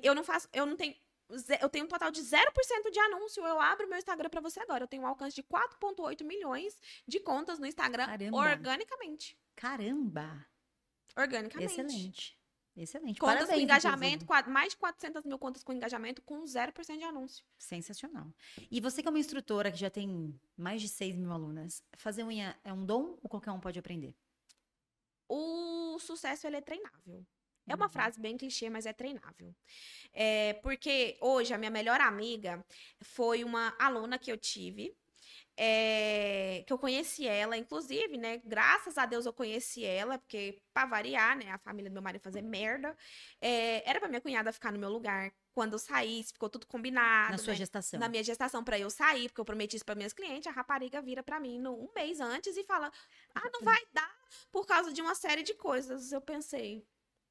eu tenho um total de 0% de anúncio. Eu abro meu Instagram pra você agora. Eu tenho um alcance de 4,8 milhões de contas no Instagram. Caramba. Organicamente. Caramba! Organicamente. Excelente. Excelente. Contas Parabéns, com engajamento, inclusive. mais de 400 mil contas com engajamento com 0% de anúncio. Sensacional. E você que é uma instrutora que já tem mais de 6 mil alunas, fazer unha é um dom ou qualquer um pode aprender? O sucesso, ele é treinável. É uma frase bem clichê, mas é treinável. Porque hoje a minha melhor amiga foi uma aluna que eu tive, que eu conheci ela, inclusive, né? Graças a Deus eu conheci ela, porque, pra variar, né? A família do meu marido fazer merda. Era pra minha cunhada ficar no meu lugar. Quando eu saísse, ficou tudo combinado. Na sua né? gestação. Na minha gestação, pra eu sair, porque eu prometi isso pra minhas clientes, a rapariga vira pra mim um mês antes e fala: Ah, não vai dar por causa de uma série de coisas. Eu pensei.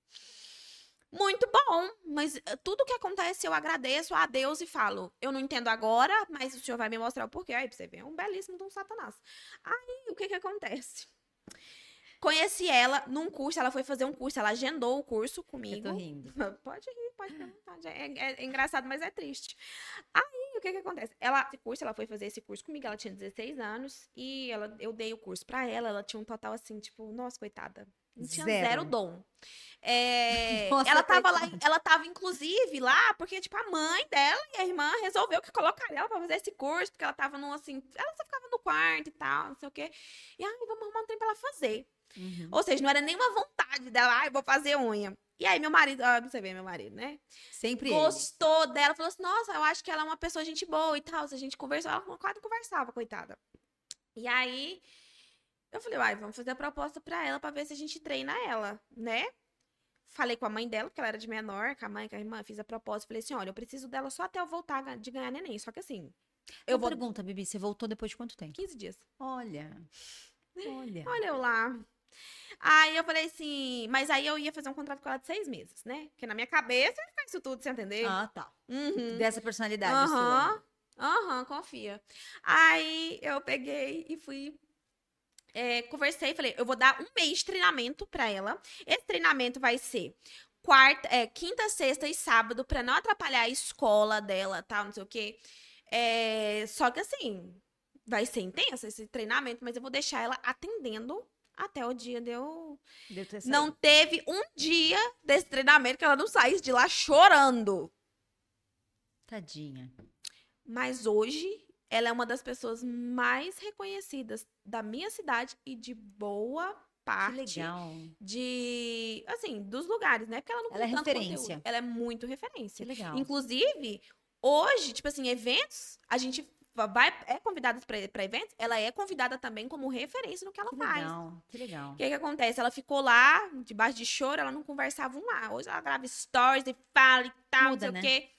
Muito bom, mas tudo que acontece eu agradeço a Deus e falo, eu não entendo agora, mas o senhor vai me mostrar o porquê. Aí pra você ver, é um belíssimo de um satanás. Aí, o que que acontece? Conheci ela num curso, ela foi fazer um curso, ela agendou o curso Eu comigo. tô rindo. Pode rir, pode perguntar. É engraçado, mas é triste. Aí, o que que acontece? Ela foi fazer esse curso comigo, ela tinha 16 anos, e eu dei o curso pra ela tinha um total assim, tipo, nossa, coitada. Não tinha zero dom. Nossa, Ela tava lá, coitada. ela tava inclusive lá, porque, tipo, a mãe dela e a irmã resolveu que colocaria ela pra fazer esse curso, porque ela tava num, assim, ela só ficava no quarto e tal, não sei o quê. E, ai, vamos arrumar um tempo pra ela fazer. Uhum. Ou seja, não era nenhuma vontade dela, ai, vou fazer unha. E aí, meu marido, você vê meu marido, né? Sempre ele. Gostou dela, falou assim, nossa, eu acho que ela é uma pessoa gente boa e tal. Se a gente conversou, ela quase conversava, coitada. E aí, eu falei, uai, vamos fazer a proposta pra ela, pra ver se a gente treina ela, né? Falei com a mãe dela, porque ela era de menor, com a mãe, com a irmã, fiz a proposta. Falei assim, olha, eu preciso dela só até eu voltar de ganhar neném. Só que assim, eu Uma vou pergunta, Bibi, você voltou depois de quanto tempo? 15 dias. Olha, olha. Olha eu lá. Aí eu falei assim, mas aí eu ia fazer um contrato com ela de 6 meses, né? Porque na minha cabeça ia ficar isso tudo, você entender? Ah, tá. Uhum. Dessa personalidade sua aí. Aham, confia. Aí eu peguei e fui. Conversei, falei, eu vou dar um mês de treinamento pra ela. Esse treinamento vai ser quinta, sexta e sábado, pra não atrapalhar a escola dela, tal, não sei o quê. Só que assim, vai ser intenso esse treinamento, mas eu vou deixar ela atendendo até o dia de eu. Deu ter Não saído. teve um dia desse treinamento que ela não saísse de lá chorando. Tadinha. Mas hoje, ela é uma das pessoas mais reconhecidas da minha cidade e de boa Que parte legal. assim, dos lugares, né? Porque ela não Ela é tem tanto referência. conteúdo. Ela é muito Que referência. legal. Inclusive, hoje, tipo assim, eventos, a gente é convidada para eventos, ela é convidada também como referência no que ela Que faz. legal. Que legal. O que que acontece? Ela ficou lá, debaixo de choro, ela não conversava um ar. Hoje ela grava stories e fala e tal, Muda, não sei né? o quê.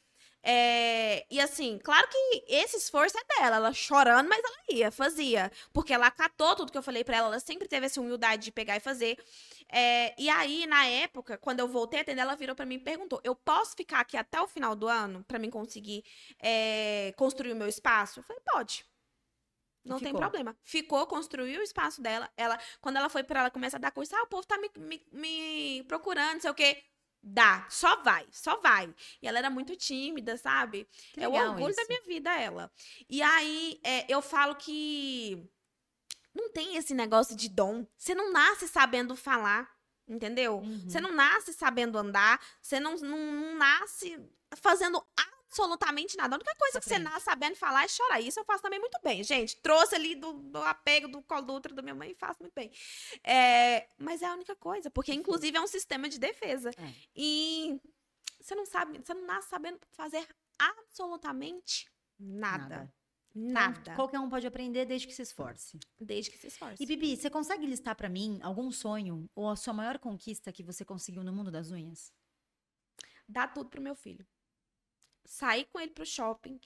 E assim, claro que esse esforço é dela, ela chorando, mas ela ia, fazia. Porque ela acatou tudo que eu falei pra ela, ela sempre teve essa humildade de pegar e fazer. E aí, na época, quando eu voltei a atender, ela virou pra mim e perguntou: eu posso ficar aqui até o final do ano pra mim conseguir construir o meu espaço? Eu falei, pode. E Não tem ficou. problema. Ficou, construiu o espaço dela. Quando ela foi pra ela começar a dar curso, o povo tá me procurando, não sei o quê. Dá, só vai, só vai. E ela era muito tímida, sabe? Que É o legal orgulho da isso. minha vida, ela. E aí, eu falo que não tem esse negócio de dom. Você não nasce sabendo falar, entendeu? Você Uhum. não nasce sabendo andar, você não nasce fazendo absolutamente nada. A única coisa que você Aprende. nasce sabendo falar é chorar. Isso eu faço também muito bem, gente. Trouxe ali do apego do colo do útero da minha mãe e faço muito bem. Mas é a única coisa, porque Perfeito. inclusive é um sistema de defesa. É. E você não sabe, você não nasce sabendo fazer absolutamente nada. Nada. Então, qualquer um pode aprender desde que se esforce. Desde que se esforce. E Bibi, você consegue listar pra mim algum sonho ou a sua maior conquista que você conseguiu no mundo das unhas? Dá tudo pro meu filho. Sair com ele pro shopping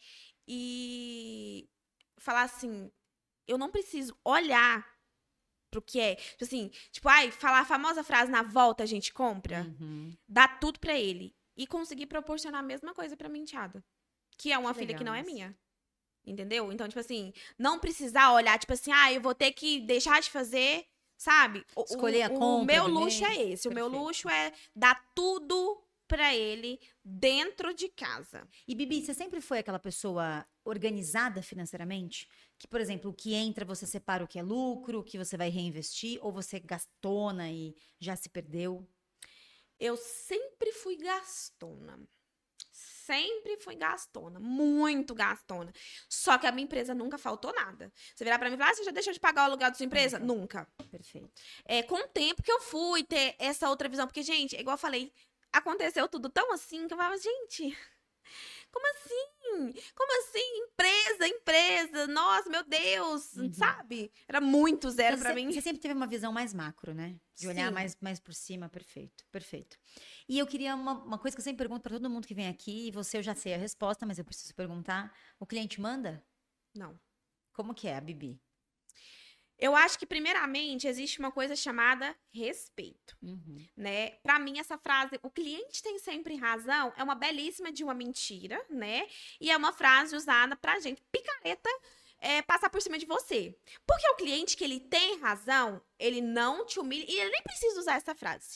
e falar assim, eu não preciso olhar pro que é. Tipo assim, falar a famosa frase na volta a gente compra. Uhum. Dá tudo pra ele. E conseguir proporcionar a mesma coisa pra minha enteada. Que é uma Que filha que legal não é isso. minha. Entendeu? Então, tipo assim, não precisar olhar, tipo assim, eu vou ter que deixar de fazer, sabe? Escolher a O compra meu do luxo é mês. esse. O meu Perfeito. luxo é dar tudo pra ele dentro de casa. E Bibi, você sempre foi aquela pessoa organizada financeiramente? Que, por exemplo, o que entra você separa o que é lucro, o que você vai reinvestir, ou você gastona e já se perdeu? Eu sempre fui gastona. Sempre fui gastona, muito gastona. Só que a minha empresa nunca faltou nada. Você virar pra mim e falar, você já deixou de pagar o aluguel da sua empresa? Nunca. Perfeito. Com o tempo que eu fui ter essa outra visão. Porque, gente, igual eu falei, aconteceu tudo tão assim que eu falava, gente, como assim? Como assim? Empresa, nossa, meu Deus, sabe? Era muito zero pra mim. Você sempre teve uma visão mais macro, né? De olhar mais por cima, perfeito. E eu queria uma coisa que eu sempre pergunto pra todo mundo que vem aqui, e você eu já sei a resposta, mas eu preciso perguntar. O cliente manda? Não. Como que é a Bibi? Eu acho que, primeiramente, existe uma coisa chamada respeito, né? Pra mim, essa frase, o cliente tem sempre razão, é uma belíssima de uma mentira, né? E é uma frase usada pra gente, picareta, passar por cima de você. Porque o cliente que ele tem razão, ele não te humilha, e ele nem precisa usar essa frase.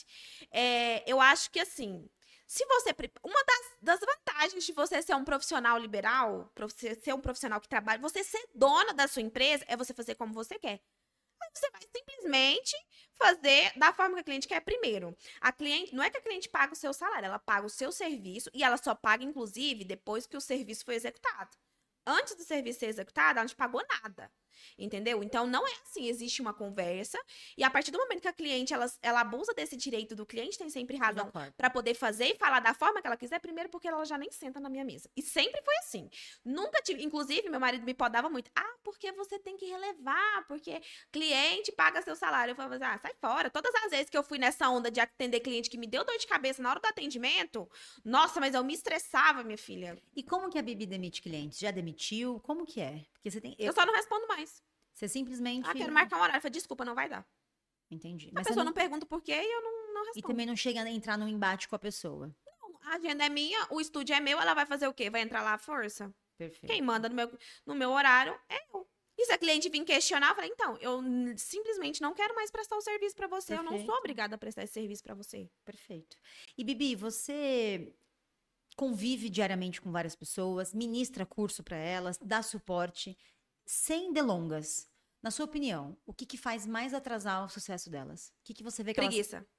Eu acho que, assim, se você... Uma das vantagens de você ser um profissional liberal, você ser um profissional que trabalha, você ser dona da sua empresa, é você fazer como você quer. Aí você vai simplesmente fazer da forma que a cliente quer primeiro. A cliente, não é que a cliente paga o seu salário, ela paga o seu serviço e ela só paga, inclusive, depois que o serviço foi executado. Antes do serviço ser executado, ela não te pagou nada. Entendeu? Então, não é assim. Existe uma conversa. E a partir do momento que a cliente, ela abusa desse direito do cliente, tem sempre razão para poder fazer e falar da forma que ela quiser. Primeiro, porque ela já nem senta na minha mesa. E sempre foi assim. Nunca tive... Inclusive, meu marido me podava muito. Porque você tem que relevar. Porque cliente paga seu salário. Eu falava, sai fora. Todas as vezes que eu fui nessa onda de atender cliente que me deu dor de cabeça na hora do atendimento, nossa, mas eu me estressava, minha filha. E como que a Bibi demite clientes? Já demitiu? Como que é? Porque você tem... Eu só não respondo mais. Você simplesmente... quero marcar um horário. Eu falei, desculpa, não vai dar. Entendi. Mas a pessoa não pergunta por quê e eu não respondo. E também não chega a entrar num embate com a pessoa. Não, a agenda é minha, o estúdio é meu, ela vai fazer o quê? Vai entrar lá à força? Perfeito. Quem manda no meu horário é eu. E se a cliente vir questionar, eu falei, então, eu simplesmente não quero mais prestar o serviço pra você. Perfeito. Eu não sou obrigada a prestar esse serviço pra você. Perfeito. E, Bibi, você convive diariamente com várias pessoas, ministra curso pra elas, dá suporte... Sem delongas, na sua opinião, o que faz mais atrasar o sucesso delas? O que você vê que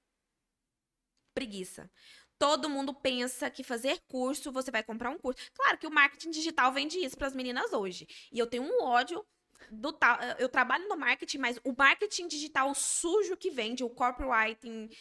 Preguiça. Todo mundo pensa que fazer curso, você vai comprar um curso. Claro que o marketing digital vende isso para as meninas hoje. E eu tenho um ódio do tal. Eu trabalho no marketing, mas o marketing digital sujo que vende, o copywriting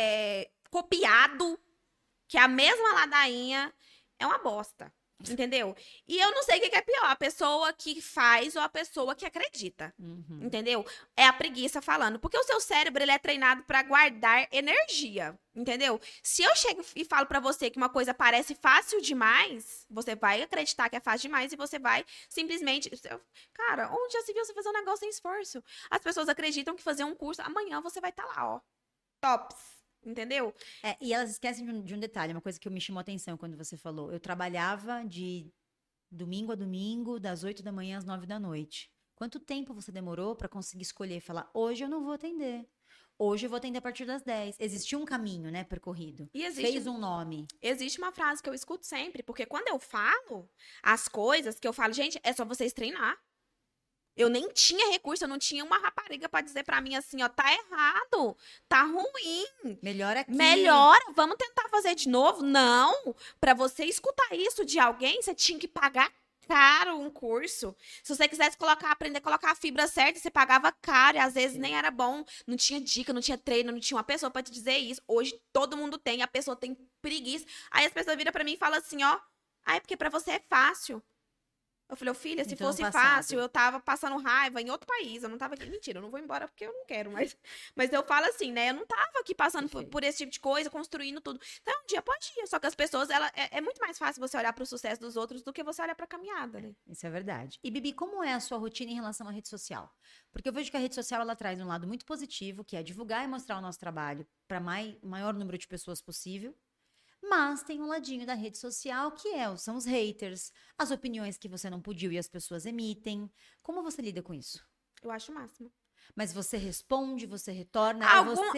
copiado, que é a mesma ladainha, é uma bosta. Entendeu? E eu não sei o que é pior, a pessoa que faz ou a pessoa que acredita. Entendeu? É a preguiça falando. Porque o seu cérebro, ele é treinado pra guardar energia. Entendeu? Se eu chego e falo pra você que uma coisa parece fácil demais, você vai acreditar que é fácil demais e você vai simplesmente... Cara, onde já se viu você fazer um negócio sem esforço? As pessoas acreditam que fazer um curso, amanhã você vai estar lá, ó. Tops. Entendeu? E elas esquecem de um detalhe, uma coisa que me chamou a atenção quando você falou. Eu trabalhava de domingo a domingo, das 8 da manhã às 9 da noite. Quanto tempo você demorou para conseguir escolher? Falar, hoje eu não vou atender. Hoje eu vou atender a partir das 10. Existia um caminho, né, percorrido. E fez um nome. Existe uma frase que eu escuto sempre, porque quando eu falo as coisas que eu falo, gente, é só vocês treinar. Eu nem tinha recurso, eu não tinha uma rapariga pra dizer pra mim assim, ó, tá errado, tá ruim. Melhora aqui. Melhora, vamos tentar fazer de novo? Não, pra você escutar isso de alguém, você tinha que pagar caro um curso. Se você quisesse aprender a colocar a fibra certa, você pagava caro e às vezes nem era bom. Não tinha dica, não tinha treino, não tinha uma pessoa pra te dizer isso. Hoje todo mundo tem, a pessoa tem preguiça. Aí as pessoas viram pra mim e falam assim, ó, é porque pra você é fácil. Eu falei, filha, se fosse fácil, eu tava passando raiva em outro país, eu não tava aqui. Mentira, eu não vou embora porque eu não quero, mas eu falo assim, né? Eu não tava aqui passando por esse tipo de coisa, construindo tudo. Então, um dia pode ir, só que as pessoas, é muito mais fácil você olhar pro sucesso dos outros do que você olhar pra caminhada, né? Isso é verdade. E, Bibi, como é a sua rotina em relação à rede social? Porque eu vejo que a rede social, ela traz um lado muito positivo, que é divulgar e mostrar o nosso trabalho para maior número de pessoas possível. Mas tem um ladinho da rede social que são os haters, as opiniões que você não pediu e as pessoas emitem. Como você lida com isso? Eu acho o máximo. Mas você responde, você retorna?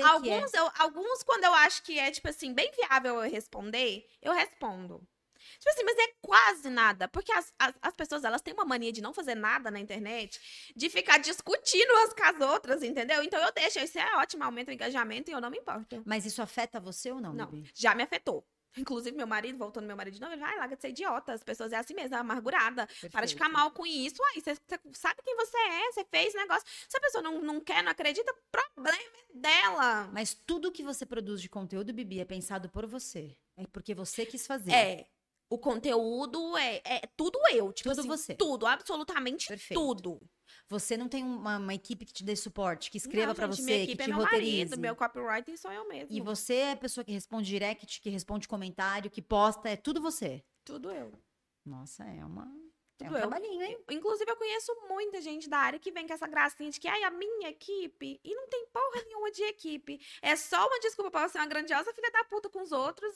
Alguns, quando eu acho que é, tipo assim, bem viável eu responder, eu respondo. Tipo assim, mas é quase nada. Porque as pessoas, elas têm uma mania de não fazer nada na internet, de ficar discutindo umas com as outras, entendeu? Então eu deixo, isso é ótimo, aumenta o engajamento e eu não me importo. Mas isso afeta você ou não, Não, Bibi? já me afetou. Inclusive, meu marido, voltando meu marido de novo, ele vai, larga de ser idiota. As pessoas é assim mesmo, é amargurada. Para de ficar Perfeito. mal com isso. Aí, você sabe quem você é, você fez negócio. Se a pessoa não quer, não acredita, problema é dela. Mas tudo que você produz de conteúdo, Bibi, é pensado por você. É porque você quis fazer. É. O conteúdo é tudo eu. Tipo Tudo assim, você. tudo, absolutamente Perfeito. tudo. Você não tem uma equipe que te dê suporte, que escreva Não, pra gente, você, minha que equipe é te meu roteirize. marido, meu copywriter sou eu mesmo. E você é a pessoa que responde direct, que responde comentário, que posta, é tudo você. Tudo eu. Nossa, é um Tudo eu. trabalhinho, hein? Inclusive, eu conheço muita gente da área que vem com essa gracinha de que, ai, a minha equipe. E não tem porra nenhuma de equipe. É só uma desculpa pra você ser uma grandiosa filha da puta com os outros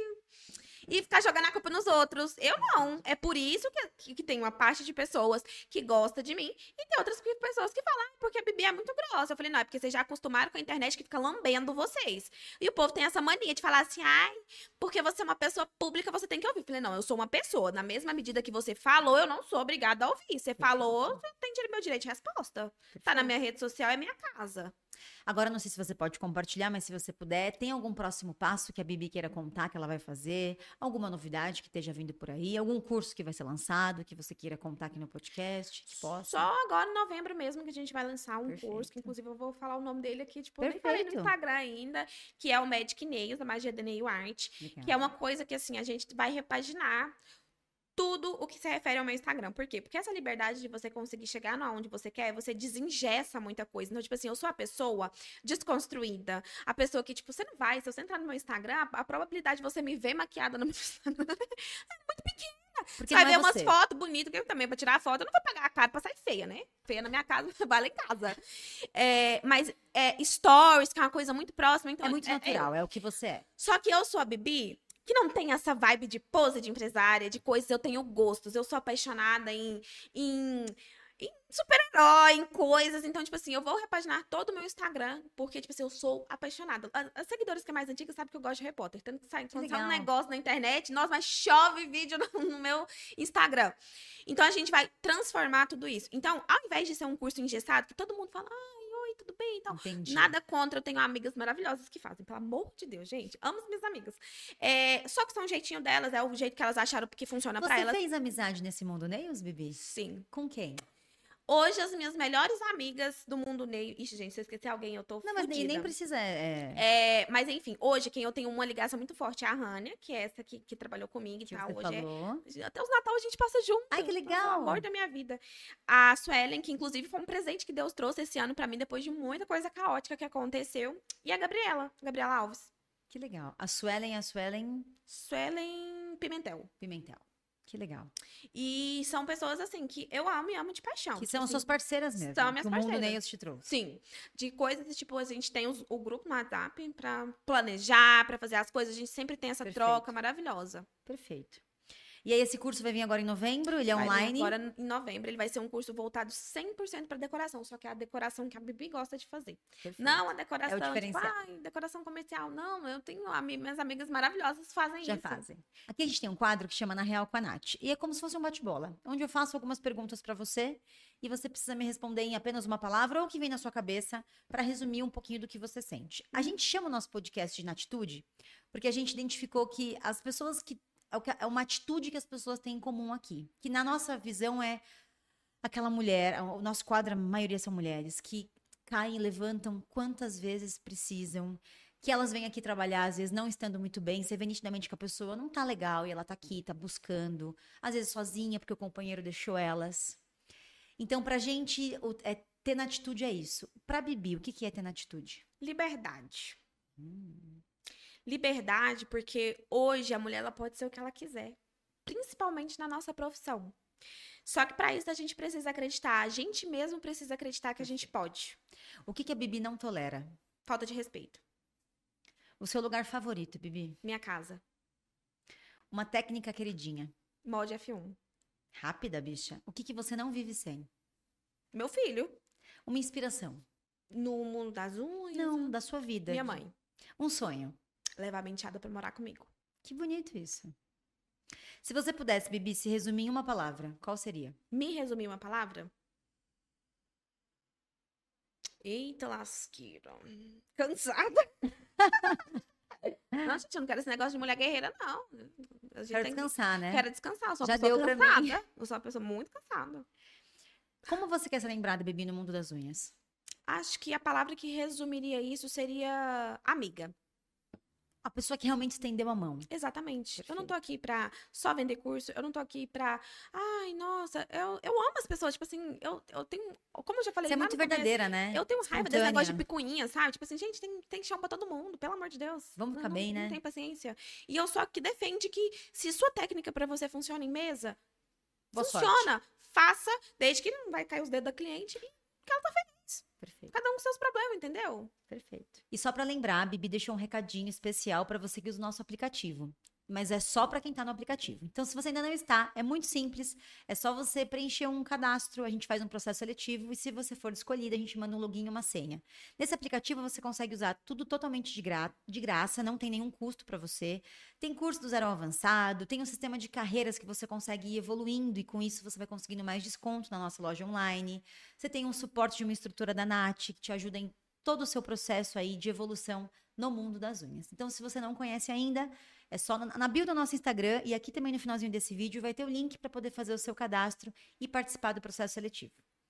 e ficar jogando a culpa nos outros. Eu não. É por isso que tem uma parte de pessoas que gosta de mim e tem outras pessoas que falam, ah, porque a Bibi é muito grossa. Eu falei, não, é porque vocês já acostumaram com a internet que fica lambendo vocês. E o povo tem essa mania de falar assim, ai, porque você é uma pessoa pública, você tem que ouvir. Eu falei, não, eu sou uma pessoa. Na mesma medida que você falou, eu não sou obrigada a ouvir. Você falou, você tem meu direito de resposta. Tá na minha rede social, é minha casa. Agora, não sei se você pode compartilhar, mas se você puder, tem algum próximo passo que a Bibi queira contar, que ela vai fazer? Alguma novidade que esteja vindo por aí? Algum curso que vai ser lançado, que você queira contar aqui no podcast? Que possa? Só agora em novembro mesmo que a gente vai lançar um Perfeito. curso, que inclusive eu vou falar o nome dele aqui, tipo, eu nem falei no Perfeito. Instagram ainda, que é o Magic Nails, a magia da nail art, Legal. que é uma coisa que, assim, a gente vai repaginar tudo o que se refere ao meu Instagram. Por quê? Porque essa liberdade de você conseguir chegar onde você quer, você desengessa muita coisa. Então, tipo assim, eu sou a pessoa desconstruída. A pessoa que, tipo, você não vai, se você entrar no meu Instagram, a probabilidade de você me ver maquiada no meu Instagram é muito pequena. Porque Você vai não ver é umas você. fotos bonitas, que eu também, pra tirar foto, eu não vou pagar a cara pra sair feia, né? Feia na minha casa, vale em casa. Mas stories, que é uma coisa muito próxima. Então, É muito natural, é o que você é. só que eu sou a Bibi, que não tem essa vibe de pose de empresária, de coisas, eu tenho gostos, eu sou apaixonada em super-herói, em coisas. Então, tipo assim, eu vou repaginar todo o meu Instagram, porque, tipo assim, eu sou apaixonada. As seguidoras que é mais antigas sabem que eu gosto de Harry Potter. Tanto que quando sai um legal. negócio na internet, nossa, mas chove vídeo no meu Instagram. Então, a gente vai transformar tudo isso. Então, ao invés de ser um curso engessado, que todo mundo fala, ai, oi, tudo bem e tal. Entendi. Nada contra, eu tenho amigas maravilhosas que fazem, pelo amor de Deus, gente. Amo as minhas amigas. Só que são o jeitinho delas, é o jeito que elas acharam que funciona pra Você elas. fez amizade nesse mundo Nails, Bibi? Sim. Com quem? Hoje, as minhas melhores amigas do mundo nail. Ixi, gente, se eu esquecer alguém, eu tô Não, mas nem fodida. precisa. Mas enfim, hoje quem eu tenho uma ligação muito forte é a Rania, que é essa que trabalhou comigo e Que tal. você Hoje falou. até os Natal a gente passa junto. Ai, que Nossa, legal. o amor da minha vida. A Suelen, que inclusive foi um presente que Deus trouxe esse ano pra mim, depois de muita coisa caótica que aconteceu. E a Gabriela Alves. Que legal. A Suelen Suelen Pimentel. Que legal. E são pessoas assim que eu amo e amo de paixão. Que Tipo são assim, suas parceiras mesmo. são minhas que o mundo parceiras. Nails te trouxe. Sim, de coisas, tipo, a gente tem o grupo no WhatsApp pra planejar, pra fazer as coisas, a gente sempre tem essa Perfeito. troca maravilhosa. Perfeito. E aí, esse curso vai vir agora em novembro? Ele é Vai vir online? agora em novembro, ele vai ser um curso voltado 100% pra decoração, só que é a decoração que a Bibi gosta de fazer. Perfeito. Não a decoração, tipo, diferencial. decoração comercial. Não, eu tenho minhas amigas maravilhosas fazem Já isso. fazem. Aqui a gente tem um quadro que chama Na Real com a Nath. E é como se fosse um bate-bola, onde eu faço algumas perguntas pra você e você precisa me responder em apenas uma palavra ou o que vem na sua cabeça pra resumir um pouquinho do que você sente. A gente chama o nosso podcast de Natitude porque a gente identificou que as pessoas que é uma atitude que as pessoas têm em comum aqui. Que na nossa visão é aquela mulher, o nosso quadro, a maioria são mulheres, que caem e levantam quantas vezes precisam, que elas vêm aqui trabalhar, às vezes não estando muito bem, você vê nitidamente que a pessoa não tá legal e ela tá aqui, tá buscando, às vezes sozinha porque o companheiro deixou elas. Então, pra gente, ter na atitude é isso. Pra Bibi, o que é ter na atitude? Liberdade. Liberdade, porque hoje a mulher ela pode ser o que ela quiser, principalmente na nossa profissão. Só que para isso a gente precisa acreditar, a gente mesmo precisa acreditar que a gente pode. O que a Bibi não tolera? Falta de respeito. O seu lugar favorito, Bibi? Minha casa. Uma técnica queridinha? Mod F1. Rápida, bicha. O que você não vive sem? Meu filho. Uma inspiração? No mundo das unhas. Não, da sua vida. Minha mãe. Um sonho? Levar a menteada pra morar comigo. Que bonito isso. Se você pudesse, Bibi, se resumir em uma palavra, qual seria? Me resumir uma palavra? Eita lasqueira. Cansada. Não, gente, eu não quero esse negócio de mulher guerreira, não. A gente Quero tem descansar, né? Quero descansar, eu sou Já uma pessoa deu pra mim. cansada. Eu sou uma pessoa muito cansada. Como você quer ser lembrada, Bibi, no mundo das unhas? Acho que a palavra que resumiria isso seria amiga. A pessoa que realmente estendeu a mão. Exatamente. Eu não Perfeito. tô aqui pra só vender curso, eu não tô aqui pra. Ai, nossa, eu amo as pessoas. Tipo assim, eu tenho. Como eu já falei Você é lá muito no começo, verdadeira, né? eu tenho raiva desse negócio de Espontânea. picuinha, sabe? Tipo assim, gente, tem chão pra todo mundo, pelo amor de Deus. Vamos ficar bem, Não né? tem paciência. E eu sou a que defende que se sua técnica pra você funciona em mesa, Boa sorte. funciona. Faça, desde que não vai cair os dedos da cliente e Perfeito. cada um com seus problemas, entendeu? Perfeito. E só pra lembrar, a Bibi deixou um recadinho especial pra você que usa o nosso aplicativo. Mas é só pra quem tá no aplicativo. Então, se você ainda não está, é muito simples. É só você preencher um cadastro, a gente faz um processo seletivo e se você for escolhida, a gente manda um login e uma senha. Nesse aplicativo você consegue usar tudo totalmente de graça, não tem nenhum custo pra você. Tem curso do zero ao avançado, tem um sistema de carreiras que você consegue ir evoluindo e com isso você vai conseguindo mais desconto na nossa loja online. Você tem um suporte de uma instrutora da Nath que te ajuda em todo o seu processo aí de evolução no mundo das unhas. Então, se você não conhece ainda, é só na bio do nosso Instagram e aqui também no finalzinho desse vídeo vai ter o link para poder fazer o seu cadastro e participar do processo seletivo.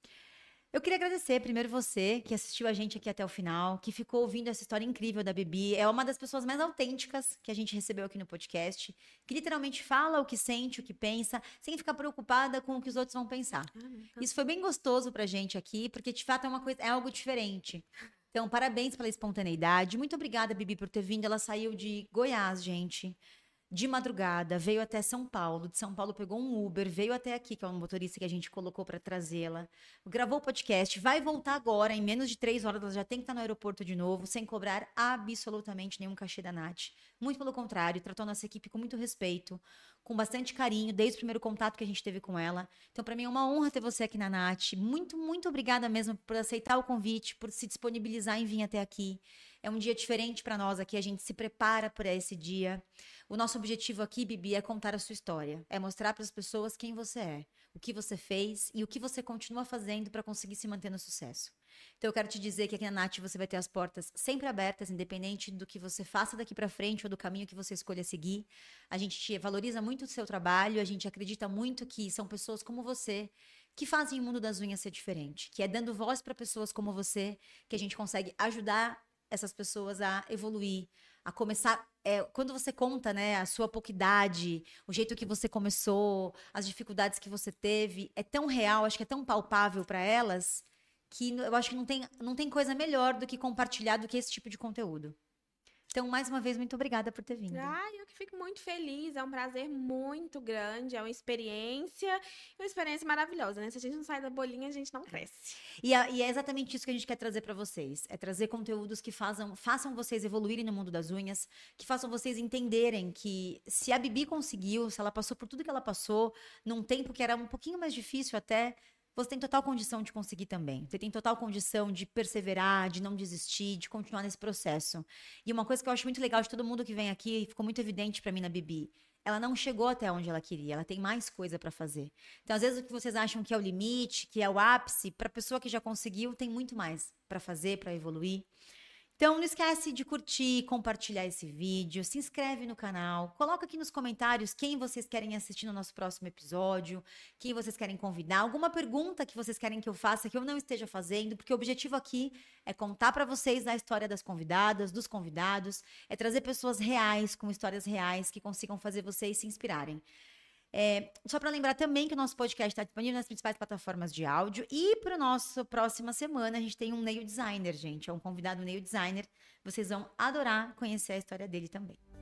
Eu queria agradecer primeiro você que assistiu a gente aqui até o final, que ficou ouvindo essa história incrível da Bibi. É uma das pessoas mais autênticas que a gente recebeu aqui no podcast, que literalmente fala o que sente, o que pensa, sem ficar preocupada com o que os outros vão pensar. Isso foi bem gostoso pra gente aqui, porque de fato é algo diferente. Então, parabéns pela espontaneidade. Muito obrigada, Bibi, por ter vindo. Ela saiu de Goiás, gente, de madrugada, veio até São Paulo. De São Paulo pegou um Uber, veio até aqui, que é um motorista que a gente colocou para trazê-la. Gravou o podcast, vai voltar agora, em menos de 3 horas, ela já tem que estar no aeroporto de novo, sem cobrar absolutamente nenhum cachê da Nath. Muito pelo contrário, tratou a nossa equipe com muito respeito, com bastante carinho, desde o primeiro contato que a gente teve com ela. Então, para mim é uma honra ter você aqui na Nath. Muito, muito obrigada mesmo por aceitar o convite, por se disponibilizar em vir até aqui. É um dia diferente para nós aqui, a gente se prepara para esse dia. O nosso objetivo aqui, Bibi, é contar a sua história. É mostrar para as pessoas quem você é, o que você fez e o que você continua fazendo para conseguir se manter no sucesso. Então, eu quero te dizer que aqui na Nath você vai ter as portas sempre abertas, independente do que você faça daqui para frente ou do caminho que você escolha seguir. A gente valoriza muito o seu trabalho, a gente acredita muito que são pessoas como você que fazem o mundo das unhas ser diferente, que é dando voz para pessoas como você que a gente consegue ajudar essas pessoas a evoluir, a começar. Quando você conta, né, a sua pouca idade, o jeito que você começou, as dificuldades que você teve, é tão real, acho que é tão palpável para elas, que eu acho que não tem coisa melhor do que compartilhar do que esse tipo de conteúdo. Então, mais uma vez, muito obrigada por ter vindo. Eu que fico muito feliz, é um prazer muito grande, é uma experiência maravilhosa, né? Se a gente não sai da bolinha, a gente não cresce. E é exatamente isso que a gente quer trazer para vocês. É trazer conteúdos que façam vocês evoluírem no mundo das unhas, que façam vocês entenderem que se a Bibi conseguiu, se ela passou por tudo que ela passou, num tempo que era um pouquinho mais difícil até, você tem total condição de conseguir também. Você tem total condição de perseverar, de não desistir, de continuar nesse processo. E uma coisa que eu acho muito legal de todo mundo que vem aqui, e ficou muito evidente para mim na Bibi, ela não chegou até onde ela queria, ela tem mais coisa para fazer. Então, às vezes, o que vocês acham que é o limite, que é o ápice, para a pessoa que já conseguiu, tem muito mais para fazer, para evoluir. Então, não esquece de curtir, compartilhar esse vídeo, se inscreve no canal, coloca aqui nos comentários quem vocês querem assistir no nosso próximo episódio, quem vocês querem convidar, alguma pergunta que vocês querem que eu faça que eu não esteja fazendo, porque o objetivo aqui é contar para vocês a história das convidadas, dos convidados, é trazer pessoas reais, com histórias reais, que consigam fazer vocês se inspirarem. Só para lembrar também que o nosso podcast está disponível nas principais plataformas de áudio e para a nossa próxima semana a gente tem um nail designer, gente. É um convidado nail designer. Vocês vão adorar conhecer a história dele também.